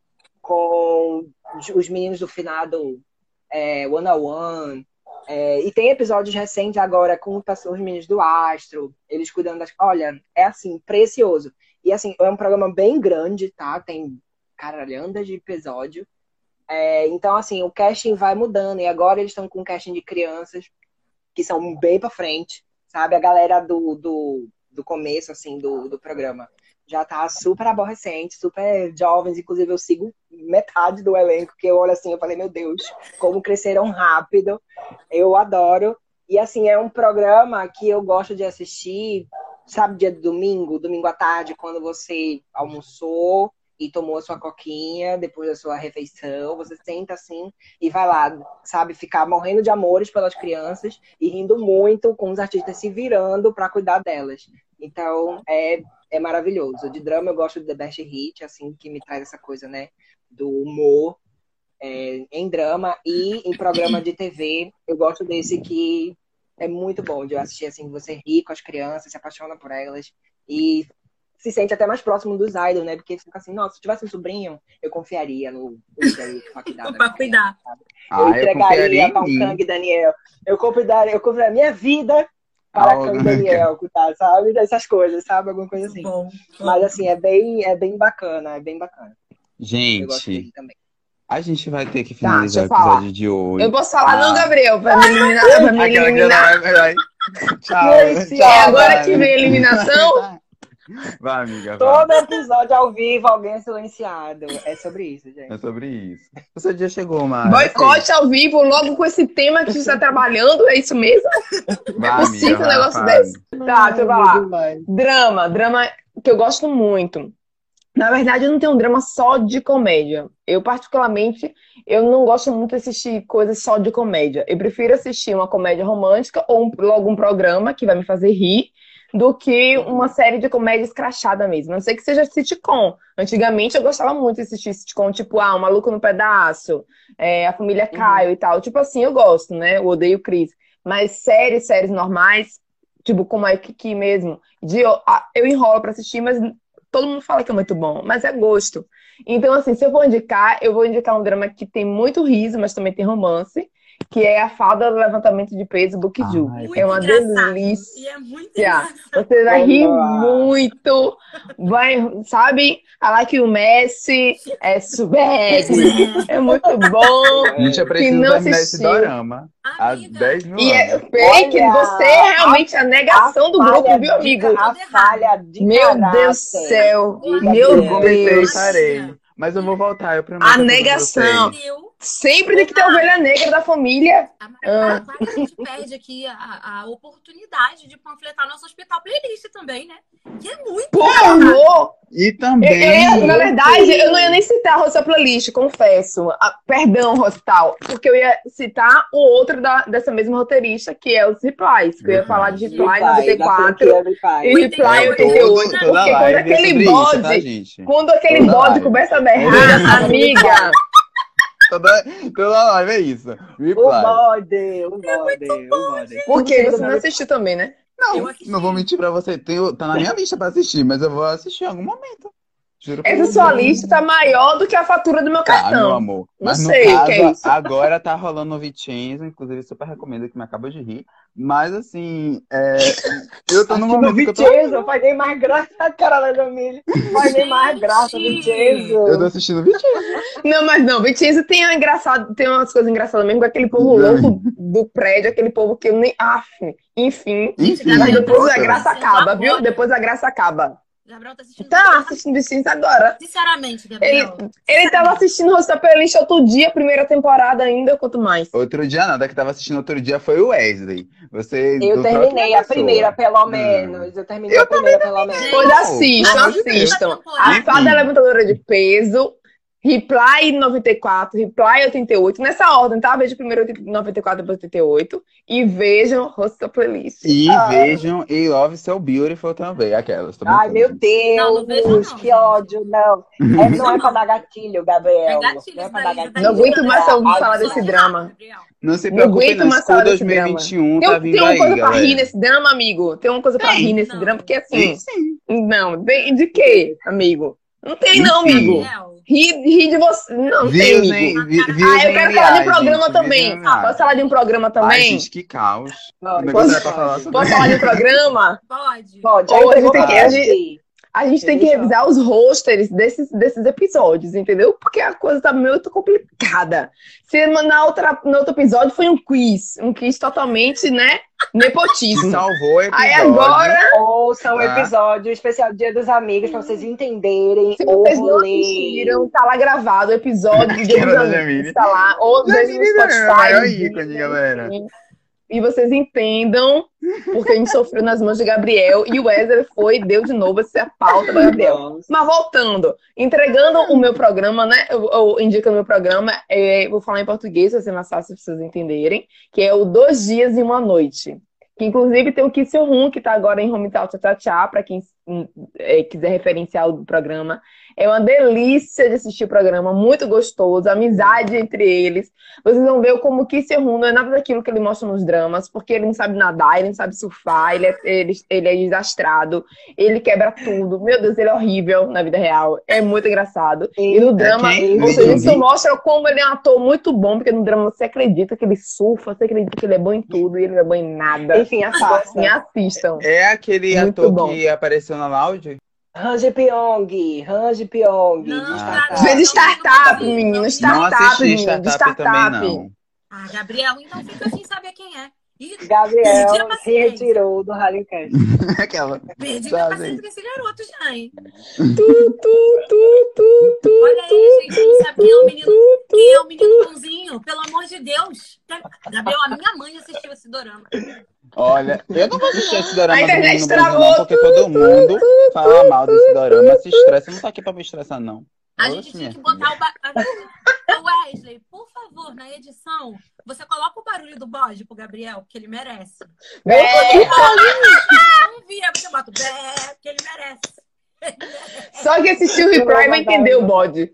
com os meninos do finado é, One on One. É, e tem episódios recentes agora com os meninos do Astro, eles cuidando das. Olha, é assim, precioso. E assim, é um programa bem grande, tá? Tem caralhanda de episódio. É, então, assim, o casting vai mudando. E agora eles estão com um casting de crianças que são bem pra frente, sabe? A galera do, do, do começo, assim, do, do programa já tá super aborrecente, super jovens. Inclusive, eu sigo metade do elenco, que eu olho assim, eu falei, meu Deus, como cresceram rápido. Eu adoro. E, assim, é um programa que eu gosto de assistir, sabe, dia de domingo, domingo à tarde, quando você almoçou e tomou a sua coquinha depois da sua refeição, você senta assim e vai lá, sabe, ficar morrendo de amores pelas crianças e rindo muito com os artistas se virando para cuidar delas. Então, é, é maravilhoso. De drama eu gosto de The Best Hit, assim, que me traz essa coisa, né, do humor é, em drama, e em programa de T V eu gosto desse que é muito bom de eu assistir, assim, você ri com as crianças, se apaixona por elas e se sente até mais próximo dos idols, né? Porque fica assim, nossa, se tivesse um sobrinho, eu confiaria no Derek pra cuidar da Pra minha criança, cuidar. sabe? Eu Ah, eu confiaria entregaria em para o mim. Kang Daniel. Eu confidaria, eu confidaria minha vida para Algo- Kang Daniel cuidar, sabe? Dessas coisas, sabe? Alguma coisa Muito assim. bom. Mas Bom. assim, é bem, é bem bacana, é bem bacana. Eu gosto Gente, dele também. a gente vai ter que Tá, deixa finalizar o eu falar. episódio de Eu hoje. posso falar, não, Ah, Gabriel, pra me eliminar, pra me aquela que já eliminar. não vai. vai- Tchau, Gente, tchau, É ó, agora vai. que vem a eliminação? Vai, amiga, vai. todo episódio ao vivo, alguém é silenciado. É sobre isso, É gente. sobre isso. O seu dia chegou, Mara. Boicote ao vivo, logo com esse tema que você está trabalhando, é isso mesmo? Vai, É possível amiga, um vai, negócio fale. desse? Tá, deixa eu falar. Demais. Drama, drama que eu gosto muito. Na verdade, eu não tenho um drama só de comédia. Eu, particularmente, eu não gosto muito de assistir coisas só de comédia. Eu prefiro assistir uma comédia romântica ou um- logo um programa que vai me fazer rir do que uma série de comédia escrachada mesmo. A não sei que seja sitcom. Antigamente, eu gostava muito de assistir sitcom, tipo, ah, O Maluco no Pedaço, é, A Família Caio e tal. Tipo assim, eu gosto, né? Eu odeio Chris. Mas séries, séries normais, tipo, como é que mesmo, de, eu, ah, eu enrolo pra assistir, mas todo mundo fala que é muito bom, mas é gosto. Então, assim, se eu vou indicar, eu vou indicar um drama que tem muito riso, mas também tem romance, que é A Fada do Levantamento de Peso, Bukiju. Ai, Muito É uma engraçado. delícia. E é muito engraçado. Você vai rir Boa. muito, vai, sabe? A like o Messi, é swag, é muito bom. a gente Quem precisa não terminar esse assistiu. dorama há Amiga, dez mil E é anos. fake, Olha, você é realmente a negação do grupo, falha viu, de- amigo? A falha de Meu caráter. Deus do céu, de meu Eu Gabriel. comecei e Deus. parei. Mas eu vou voltar, eu prometo A a todos negação. vocês. Entendeu? Sempre tem que ter a ovelha negra da família. A Mara- Ah. Claro que a gente perde aqui a, a oportunidade de panfletar nosso hospital playlist também, né? Que é muito Por engraçado. favor! E Eu- eu também. ia- na verdade, eu não ia nem citar a Rosa Playlist, confesso. Ah, perdão, Rostal. Porque eu ia citar o outro da- dessa mesma roteirista, que é os Replies. Que eu ia falar de Reply Reply, noventa e da quatro franquia Reply. e Reply É, oitenta e oito. todo- toda Porque quando live é aquele sobre isso, tá, bode, gente? quando aquele Toda bode live. começa a berrar, amiga, Toda, toda live é isso. O Reply. bode, o bode, o bode. porque você não assistiu também, né? Eu Não, assisti. não vou mentir pra você. Tenho, tá na minha lista pra assistir, mas eu vou assistir em algum momento. Juro por Essa sua Deus. lista tá maior do que a fatura do meu Tá, meu cartão. amor. Não Mas no sei o que é caso, isso. agora tá rolando o Vicenzo, inclusive super recomendo que me acaba de rir. Mas assim, é, eu tô no No momento que eu tô. Vincenzo, faz nem mais graça a cara da Jamile. Faz nem mais graça, Gente! Eu tô Vincenzo. assistindo o Vicenzo. Não, mas não, Vicenzo tem, um engraçado, tem umas coisas engraçadas mesmo com aquele povo Não. louco do prédio, aquele povo que eu nem. Aff, enfim. Gente, Enfim, Mas Gabriel, depois volta. a graça Vicenzo acaba, viu? agora. Depois a graça acaba. Gabriel tá assistindo. Tá assistindo Vicenzo agora. Sinceramente, Ele, Gabriel. ele tava assistindo Roça Playlist outro dia, primeira temporada ainda, quanto mais. Outro dia não, da que tava assistindo outro dia foi o Wesley. Você Eu outra terminei a pessoa. primeira, pelo Hum. menos. Eu terminei Eu a primeira, pelo menos. Pois Não, assistam, pelo amor de Deus. assistam. temporada. A Fada Enfim. Levantadora de Peso, Reply noventa e quatro, Reply oitenta e oito. Nessa ordem, tá? Veja primeiro noventa e quatro, depois oitenta e oito. E vejam Roça Playlist. E Ah. vejam e Love So Beautiful também, aquelas. Tô Ai, brincando, meu gente. Deus, Não, não vejo não, que gente. ódio, não. É, não é pra dar gatilho, Gabriel. É gatilho Não é isso pra daí. dar Você tá Não gatilho. aguento mais ouvir Ai, falar gente. desse drama. Gabriel. Não se Não preocupem, aguento não. mais School falar desse dois mil e vinte e um Tem, tá vindo tem uma aí, coisa pra galera. rir nesse drama, amigo? Tem uma coisa pra Tem. rir nesse Não. drama, porque Sim, assim. sim. Não, tem- de quê, amigo? Não tem, não, Enfim. amigo. Gabriel. Ri, ri de você. Não tem, Views amigo. em, vi- views Ah, eu em quero falar de um M A, programa gente, também. views em M A. Posso falar de um programa Ai, também? gente, que caos. Pode, O negócio Posso- era pra falar sobre Posso falar de um programa? Pode. Pode, Ou já a entregou gente tem pra que- a gente. gente- A gente tem que Deixa eu- revisar os rosters desses, desses episódios, entendeu? Porque a coisa tá muito complicada. Se na outra, no outro episódio foi um quiz. Um quiz totalmente, né? que Nepotismo. salvou o episódio. Aí agora, Ouçam o Tá. episódio especial Dia dos Amigos pra vocês entenderem se o vocês não rolê. assistiram, tá lá gravado o episódio do Dia Cara dos da Amigos. Jamile. Tá lá. Ou veja no Jamile é o maior Spotify. ícone, galera. E vocês entendam porque a gente sofreu nas mãos de Gabriel e o Wesley foi, deu de novo essa pauta para Gabriel. Nossa. Mas voltando, entregando o meu programa, né? Eu, eu indico o meu programa, é, vou falar em português, vai ser mais fácil para vocês entenderem, que é o Dois Dias e Uma Noite. Que inclusive tem o Kim Seo-hoon, que tá agora em Hometown Cha-Cha-Cha, para quem hum, é, quiser referenciar o programa. É uma delícia de assistir o programa, muito gostoso, amizade entre eles. Vocês vão ver como o Kim Seo-hoon não é nada daquilo que ele mostra nos dramas, porque ele não sabe nadar, ele não sabe surfar, ele é, ele, ele é desastrado, ele quebra tudo. Meu Deus, ele é horrível na vida real. É muito engraçado. E no drama, quem? ou seja, Entendi. isso mostra como ele é um ator muito bom, porque no drama você acredita que ele surfa, você acredita que ele é bom em tudo e ele não é bom em nada. Enfim, afasta. Me assistam. É aquele Muito ator bom. que apareceu na Loud? Range Pyong, Range Pyong. Não, de Ah, startup. tá. Vê de startup, menino. Não Startup, assisti menino. De Startup startup. também, não. Ah, Gabriel, então fica sem saber quem é. Ih, Gabriel perdi a se paciência. retirou do Rallycast. Aquela. Perdi Tá, minha gente. paciência com esse garoto já, hein? Tu, tu, tu, tu, tu, Olha aí, gente, não sabe quem é o menino, quem é o menino bonzinho, pelo amor de Deus. Gabriel, a minha mãe assistiu esse dorama. Olha, eu não vou assistir esse dorama A do internet Menino Bonzinho, travou. não, porque todo mundo fala mal desse dorama, se estressa. Eu não tô aqui pra me estressar, não. A Oxe, gente tinha minha que botar o barulho. Wesley, por favor, na edição, você coloca o barulho do bode pro Gabriel, porque ele merece. É, Não via, você bota o bé, porque ele merece. só que assistiu o Reply vai entender o bode.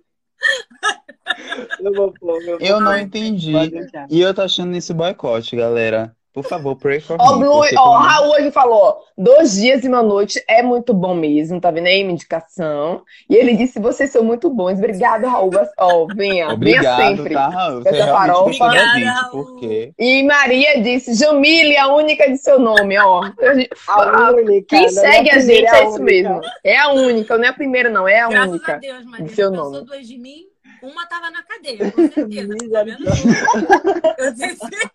Eu vou pôr, eu vou Eu não pôr. entendi. Pode deixar. E eu tô achando isso boicote, galera. Por favor, pray for Ó, me. Blue, porque, ó, pelo amor- Raul aqui falou, ó, dois dias e uma noite é muito bom mesmo, tá vendo aí minha indicação? E ele disse, vocês são muito bons. Obrigado, Raul. Ó, venha, venha Obrigado, sempre. tá, Raul? Você Essa realmente farofa. gostou da Obrigada, gente, Raul. porque... E Maria disse, Jamile, a única de seu nome, ó. A gente- A única, Quem não é segue a primeira, gente é é a isso única. mesmo. É a única, não é a primeira, não, é a Graças única. a Deus, Maria. de seu Já nome. pensou duas de mim? Uma tava na cadeia, com certeza. Tá vendo? Eu tenho certeza.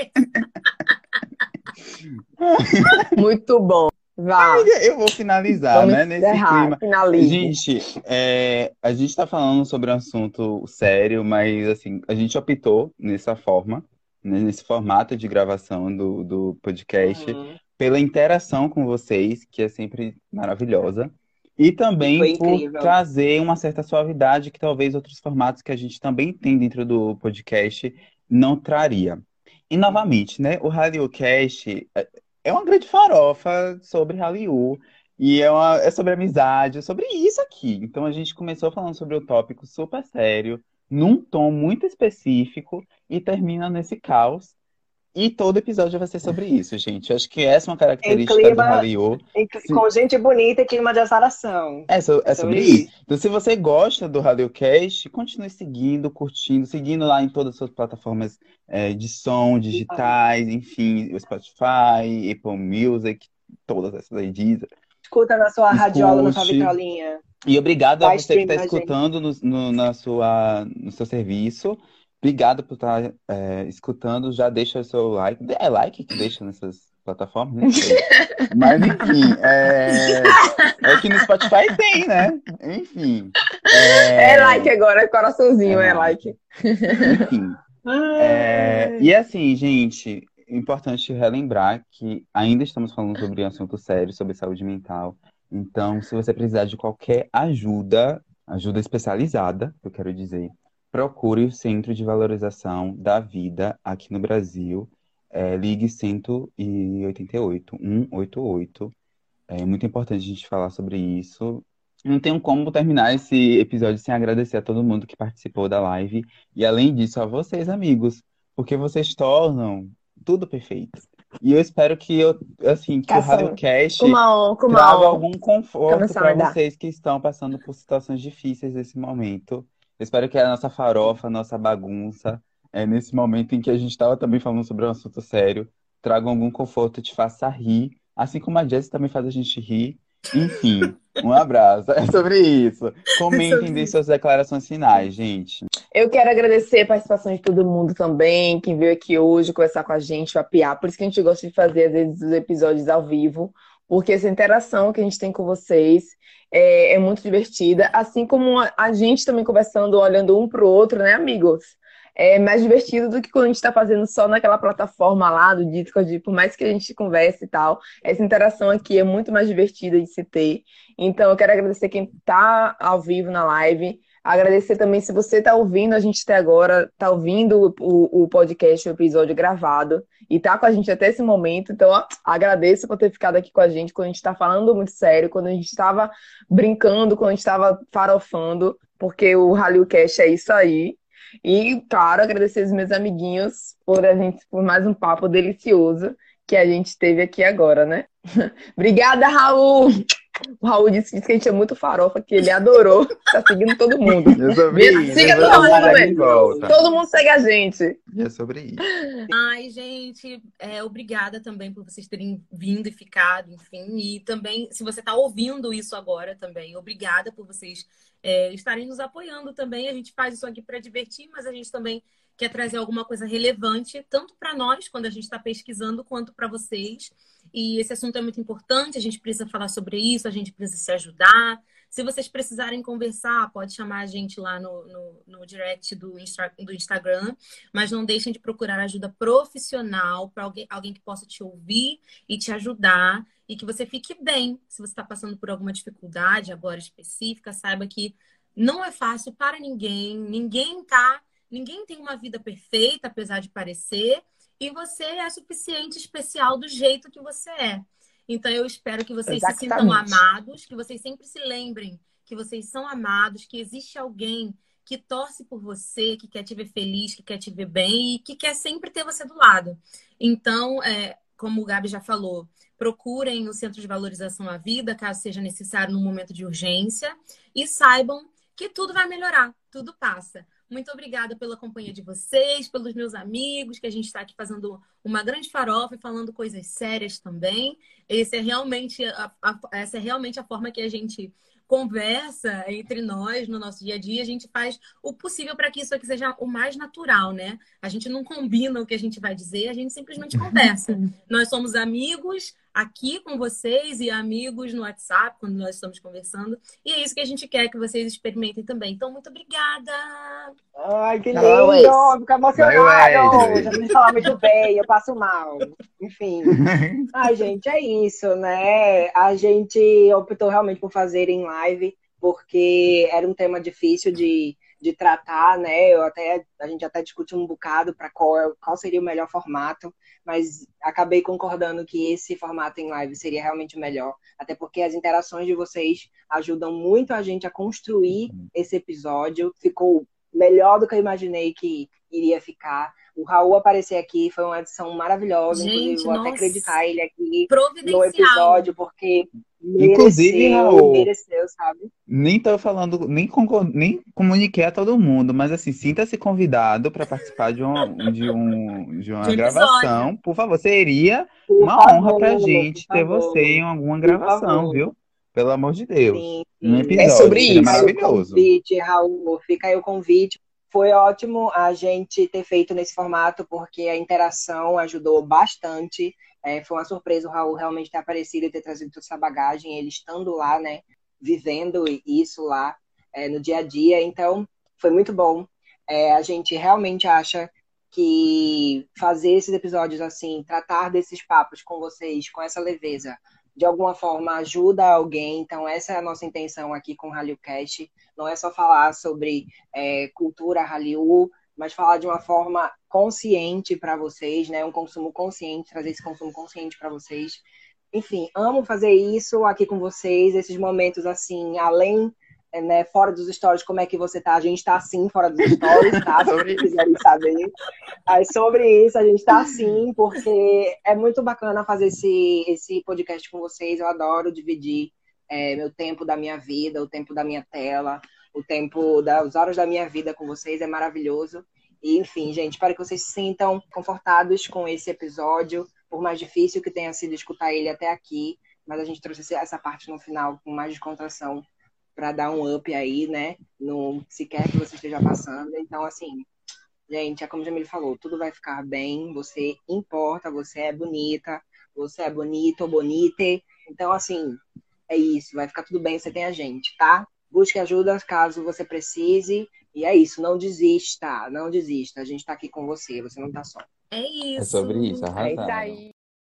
Muito bom. Vá. Eu vou finalizar, Vamos né, nesse encerrar. clima. Finalize. Gente, é, a gente tá falando sobre um assunto sério, mas assim, a gente optou nessa forma, né, nesse formato de gravação do, do podcast, Uhum. pela interação com vocês, que é sempre maravilhosa, e também Foi por incrível. trazer uma certa suavidade que talvez outros formatos que a gente também tem dentro do podcast não traria. E novamente, né, o HallyuCast é- é uma grande farofa sobre Hallyu, e é, uma- é sobre amizade, é sobre isso aqui. Então a gente começou falando sobre o tópico super sério, num tom muito específico, e termina nesse caos. E todo episódio vai ser sobre isso, gente. Eu acho que essa é uma Em característica do clima, Hallyu. em- Se- com gente bonita e clima de azaração. É, so- É é sobre sobre isso. isso. Então, se você gosta do HallyuCast, continue seguindo, curtindo, seguindo lá em todas as suas plataformas é, de som, digitais, enfim, o Spotify, Apple Music, todas essas aí, Deezer. Escuta na sua radiola, na sua Escute. vitrolinha. E obrigado a Dá você que stream está na gente. escutando no, no, na sua, no seu serviço. Obrigado por estar é, escutando. Já deixa o seu like. É like que deixa nessas plataformas? Não sei. Mas enfim, é, é que no Spotify tem, né? Enfim. É, É, like agora, é coraçãozinho, é é like. like. Enfim. É, e assim, gente, importante relembrar que ainda estamos falando sobre um assunto sério, sobre saúde mental. Então, se você precisar de qualquer ajuda, ajuda especializada, eu quero dizer, procure o Centro de Valorização da Vida aqui no Brasil. É, ligue cento e oitenta e oito, cento e oitenta e oito. É muito importante a gente falar sobre isso. Não tenho como terminar esse episódio sem agradecer a todo mundo que participou da live. E além disso, a vocês, amigos, porque vocês tornam tudo perfeito. E eu espero que eu, assim, que o Caçando. HallyuCast Kumao, traga Kumao. algum conforto para Kamsahamnida. vocês que estão passando por situações difíceis nesse momento. Eu espero que a nossa farofa, a nossa bagunça, é, nesse momento em que a gente estava também falando sobre um assunto sério, traga algum conforto, te faça rir, assim como a Jessie também faz a gente rir. Enfim, um abraço. É sobre isso. Comentem, sobre deem isso. suas declarações finais, gente. Eu quero agradecer a participação de todo mundo também, que veio aqui hoje conversar com a gente, papear. Por isso que a gente gosta de fazer, às vezes, os episódios ao vivo, porque essa interação que a gente tem com vocês é, é muito divertida. Assim como a, a gente também conversando, olhando um pro outro, né, amigos? É mais divertido do que quando a gente está fazendo só naquela plataforma lá do Discord, por mais que a gente converse e tal. Essa interação aqui é muito mais divertida de se ter. Então, eu quero agradecer quem está ao vivo na live. Agradecer também se você está ouvindo a gente até agora, está ouvindo o, o podcast, o episódio gravado, e está com a gente até esse momento. Então, ó, agradeço por ter ficado aqui com a gente quando a gente está falando muito sério, quando a gente estava brincando, quando a gente estava farofando, porque o HallyuCast é isso aí. E, claro, agradecer os meus amiguinhos por a gente, por mais um papo delicioso que a gente teve aqui agora, né? Obrigada, Raul! O Raul disse, disse que a gente é muito farofa, que ele adorou. Tá seguindo todo mundo. É sobre isso. Siga é todo sobre mundo, isso. velho. De volta. Todo mundo segue a gente. E é sobre isso. Ai, gente, é, obrigada também por vocês terem vindo e ficado, enfim. E também, se você está ouvindo isso agora também, obrigada por vocês é, estarem nos apoiando também. A gente faz isso aqui para divertir, mas a gente também quer trazer alguma coisa relevante, tanto para nós, quando a gente está pesquisando, quanto para vocês. E esse assunto é muito importante, a gente precisa falar sobre isso, a gente precisa se ajudar. Se vocês precisarem conversar, pode chamar a gente lá no, no, no direct do, Insta, do Instagram, mas não deixem de procurar ajuda profissional para alguém, alguém que possa te ouvir e te ajudar e que você fique bem. Se você está passando por alguma dificuldade agora específica, saiba que não é fácil para ninguém, ninguém tá, ninguém tem uma vida perfeita, apesar de parecer, e você é suficiente, especial do jeito que você é. Então, eu espero que vocês se sintam Exatamente. amados, que vocês sempre se lembrem que vocês são amados, que existe alguém que torce por você, que quer te ver feliz, que quer te ver bem e que quer sempre ter você do lado. Então, é, como o Gabi já falou, procurem o Centro de Valorização à Vida, caso seja necessário num momento de urgência, e saibam que tudo vai melhorar, tudo passa. Muito obrigada pela companhia de vocês, pelos meus amigos, que a gente está aqui fazendo uma grande farofa e falando coisas sérias também. Esse é realmente a, a, essa é realmente a forma que a gente conversa entre nós no nosso dia a dia. A gente faz o possível para que isso aqui seja o mais natural, né? A gente não combina o que a gente vai dizer, a gente simplesmente conversa. Nós somos amigos aqui com vocês e amigos no WhatsApp, quando nós estamos conversando. E é isso que a gente quer que vocês experimentem também. Então, muito obrigada! Ai, que Vai, Wes. lindo! Fico Vai, emocionado! Wes. Já me falar muito bem, eu passo mal. Enfim. Ai, gente, é isso, né? A gente optou realmente por fazer em live, porque era um tema difícil de, de tratar, né? Eu até, a gente até discutiu um bocado para qual, qual seria o melhor formato, mas acabei concordando que esse formato em live seria realmente o melhor, até porque as interações de vocês ajudam muito a gente a construir esse episódio. Ficou melhor do que eu imaginei que iria ficar. o Raul aparecer aqui foi uma edição maravilhosa. Gente, inclusive, vou nossa. até acreditar ele aqui no Providencial. episódio, porque Inclusive, mereceu, Raul, mereceu, sabe? nem tô falando, nem, concor- nem comuniquei a todo mundo, mas assim, sinta-se convidado para participar de, um, de, um, de uma De um gravação. episódio. Por favor, seria Por uma honra pra favor, por gente ter você em favor, alguma por gravação, favor. viu? Pelo amor de Deus. Sim, Um sim. episódio, É sobre seria isso. Fica aí o maravilhoso. convite, Raul. Fica aí o convite. Foi ótimo a gente ter feito nesse formato, porque a interação ajudou bastante. É, foi uma surpresa o Raul realmente ter aparecido e ter trazido toda essa bagagem, ele estando lá, né? Vivendo isso lá é, no dia a dia. Então, foi muito bom. É, a gente realmente acha que fazer esses episódios assim, tratar desses papos com vocês, com essa leveza, de alguma forma ajuda alguém. Então, essa é a nossa intenção aqui com o HallyuCast. Não é só falar sobre é, cultura Hallyu, mas falar de uma forma consciente para vocês, né? Um consumo consciente, trazer esse consumo consciente para vocês. Enfim, amo fazer isso aqui com vocês, esses momentos assim, além, né, fora dos stories, como é que você tá? A gente tá assim fora dos stories, tá? Se vocês quiserem saber. Aí, sobre isso, a gente tá assim, porque é muito bacana fazer esse, esse podcast com vocês. Eu adoro dividir é, meu tempo da minha vida, o tempo da minha tela, o tempo das horas da minha vida com vocês, é maravilhoso. E, enfim, gente, espero que vocês se sintam confortados com esse episódio, por mais difícil que tenha sido escutar ele até aqui, mas a gente trouxe essa parte no final com mais descontração para dar um up aí, né, no que se quer que você esteja passando. Então, assim, gente, é como a Jamile falou, tudo vai ficar bem, você importa, você é bonita, você é bonito ou bonite. Então, assim, é isso, vai ficar tudo bem, você tem a gente, tá? Busque ajuda caso você precise. E é isso, não desista, não desista. A gente tá aqui com você, você não tá só. É isso. É sobre isso, É isso arrasaram. aí.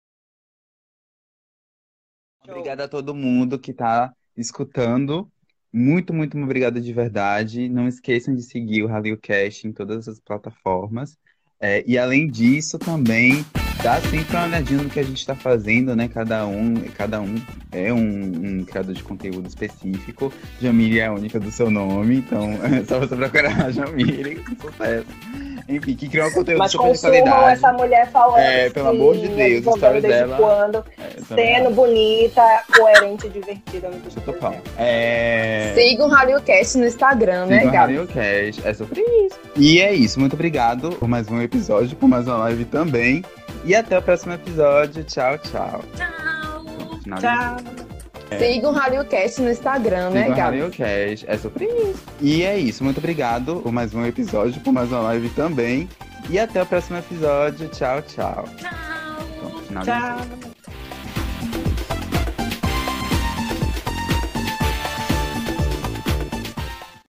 Obrigado a todo mundo que tá escutando. Muito, muito obrigado de verdade. Não esqueçam de seguir o HallyuCast em todas as plataformas. É, e além disso, também dá sempre uma olhadinha no que a gente está fazendo, né? Cada um, cada um é um, um criador de conteúdo específico. Jamile é a única do seu nome, então é só você procurar a Jamile, sucesso. Enfim, que criou um conteúdo Mas super de consumam qualidade. essa mulher falando É, pelo amor de Deus, os divulgando stories desde dela. quando, É, também sendo acho. bonita, coerente e divertida. Muito Total. bom. É... Siga o HallyuCast no Instagram, né, Sigam o Gabi? HallyuCast, é sobre isso. E é isso, muito obrigado por mais um episódio, por mais uma live também. E até o próximo episódio. Tchau, tchau. Tchau. Finaliza. Tchau. Siga o HallyuCast no Instagram, né, Sigam o Gabi? HallyuCast, é sobre isso. E é isso, muito obrigado por mais um episódio, por mais uma live também. E até o próximo episódio. Tchau, tchau. Tchau. Pronto, finaliza. Tchau.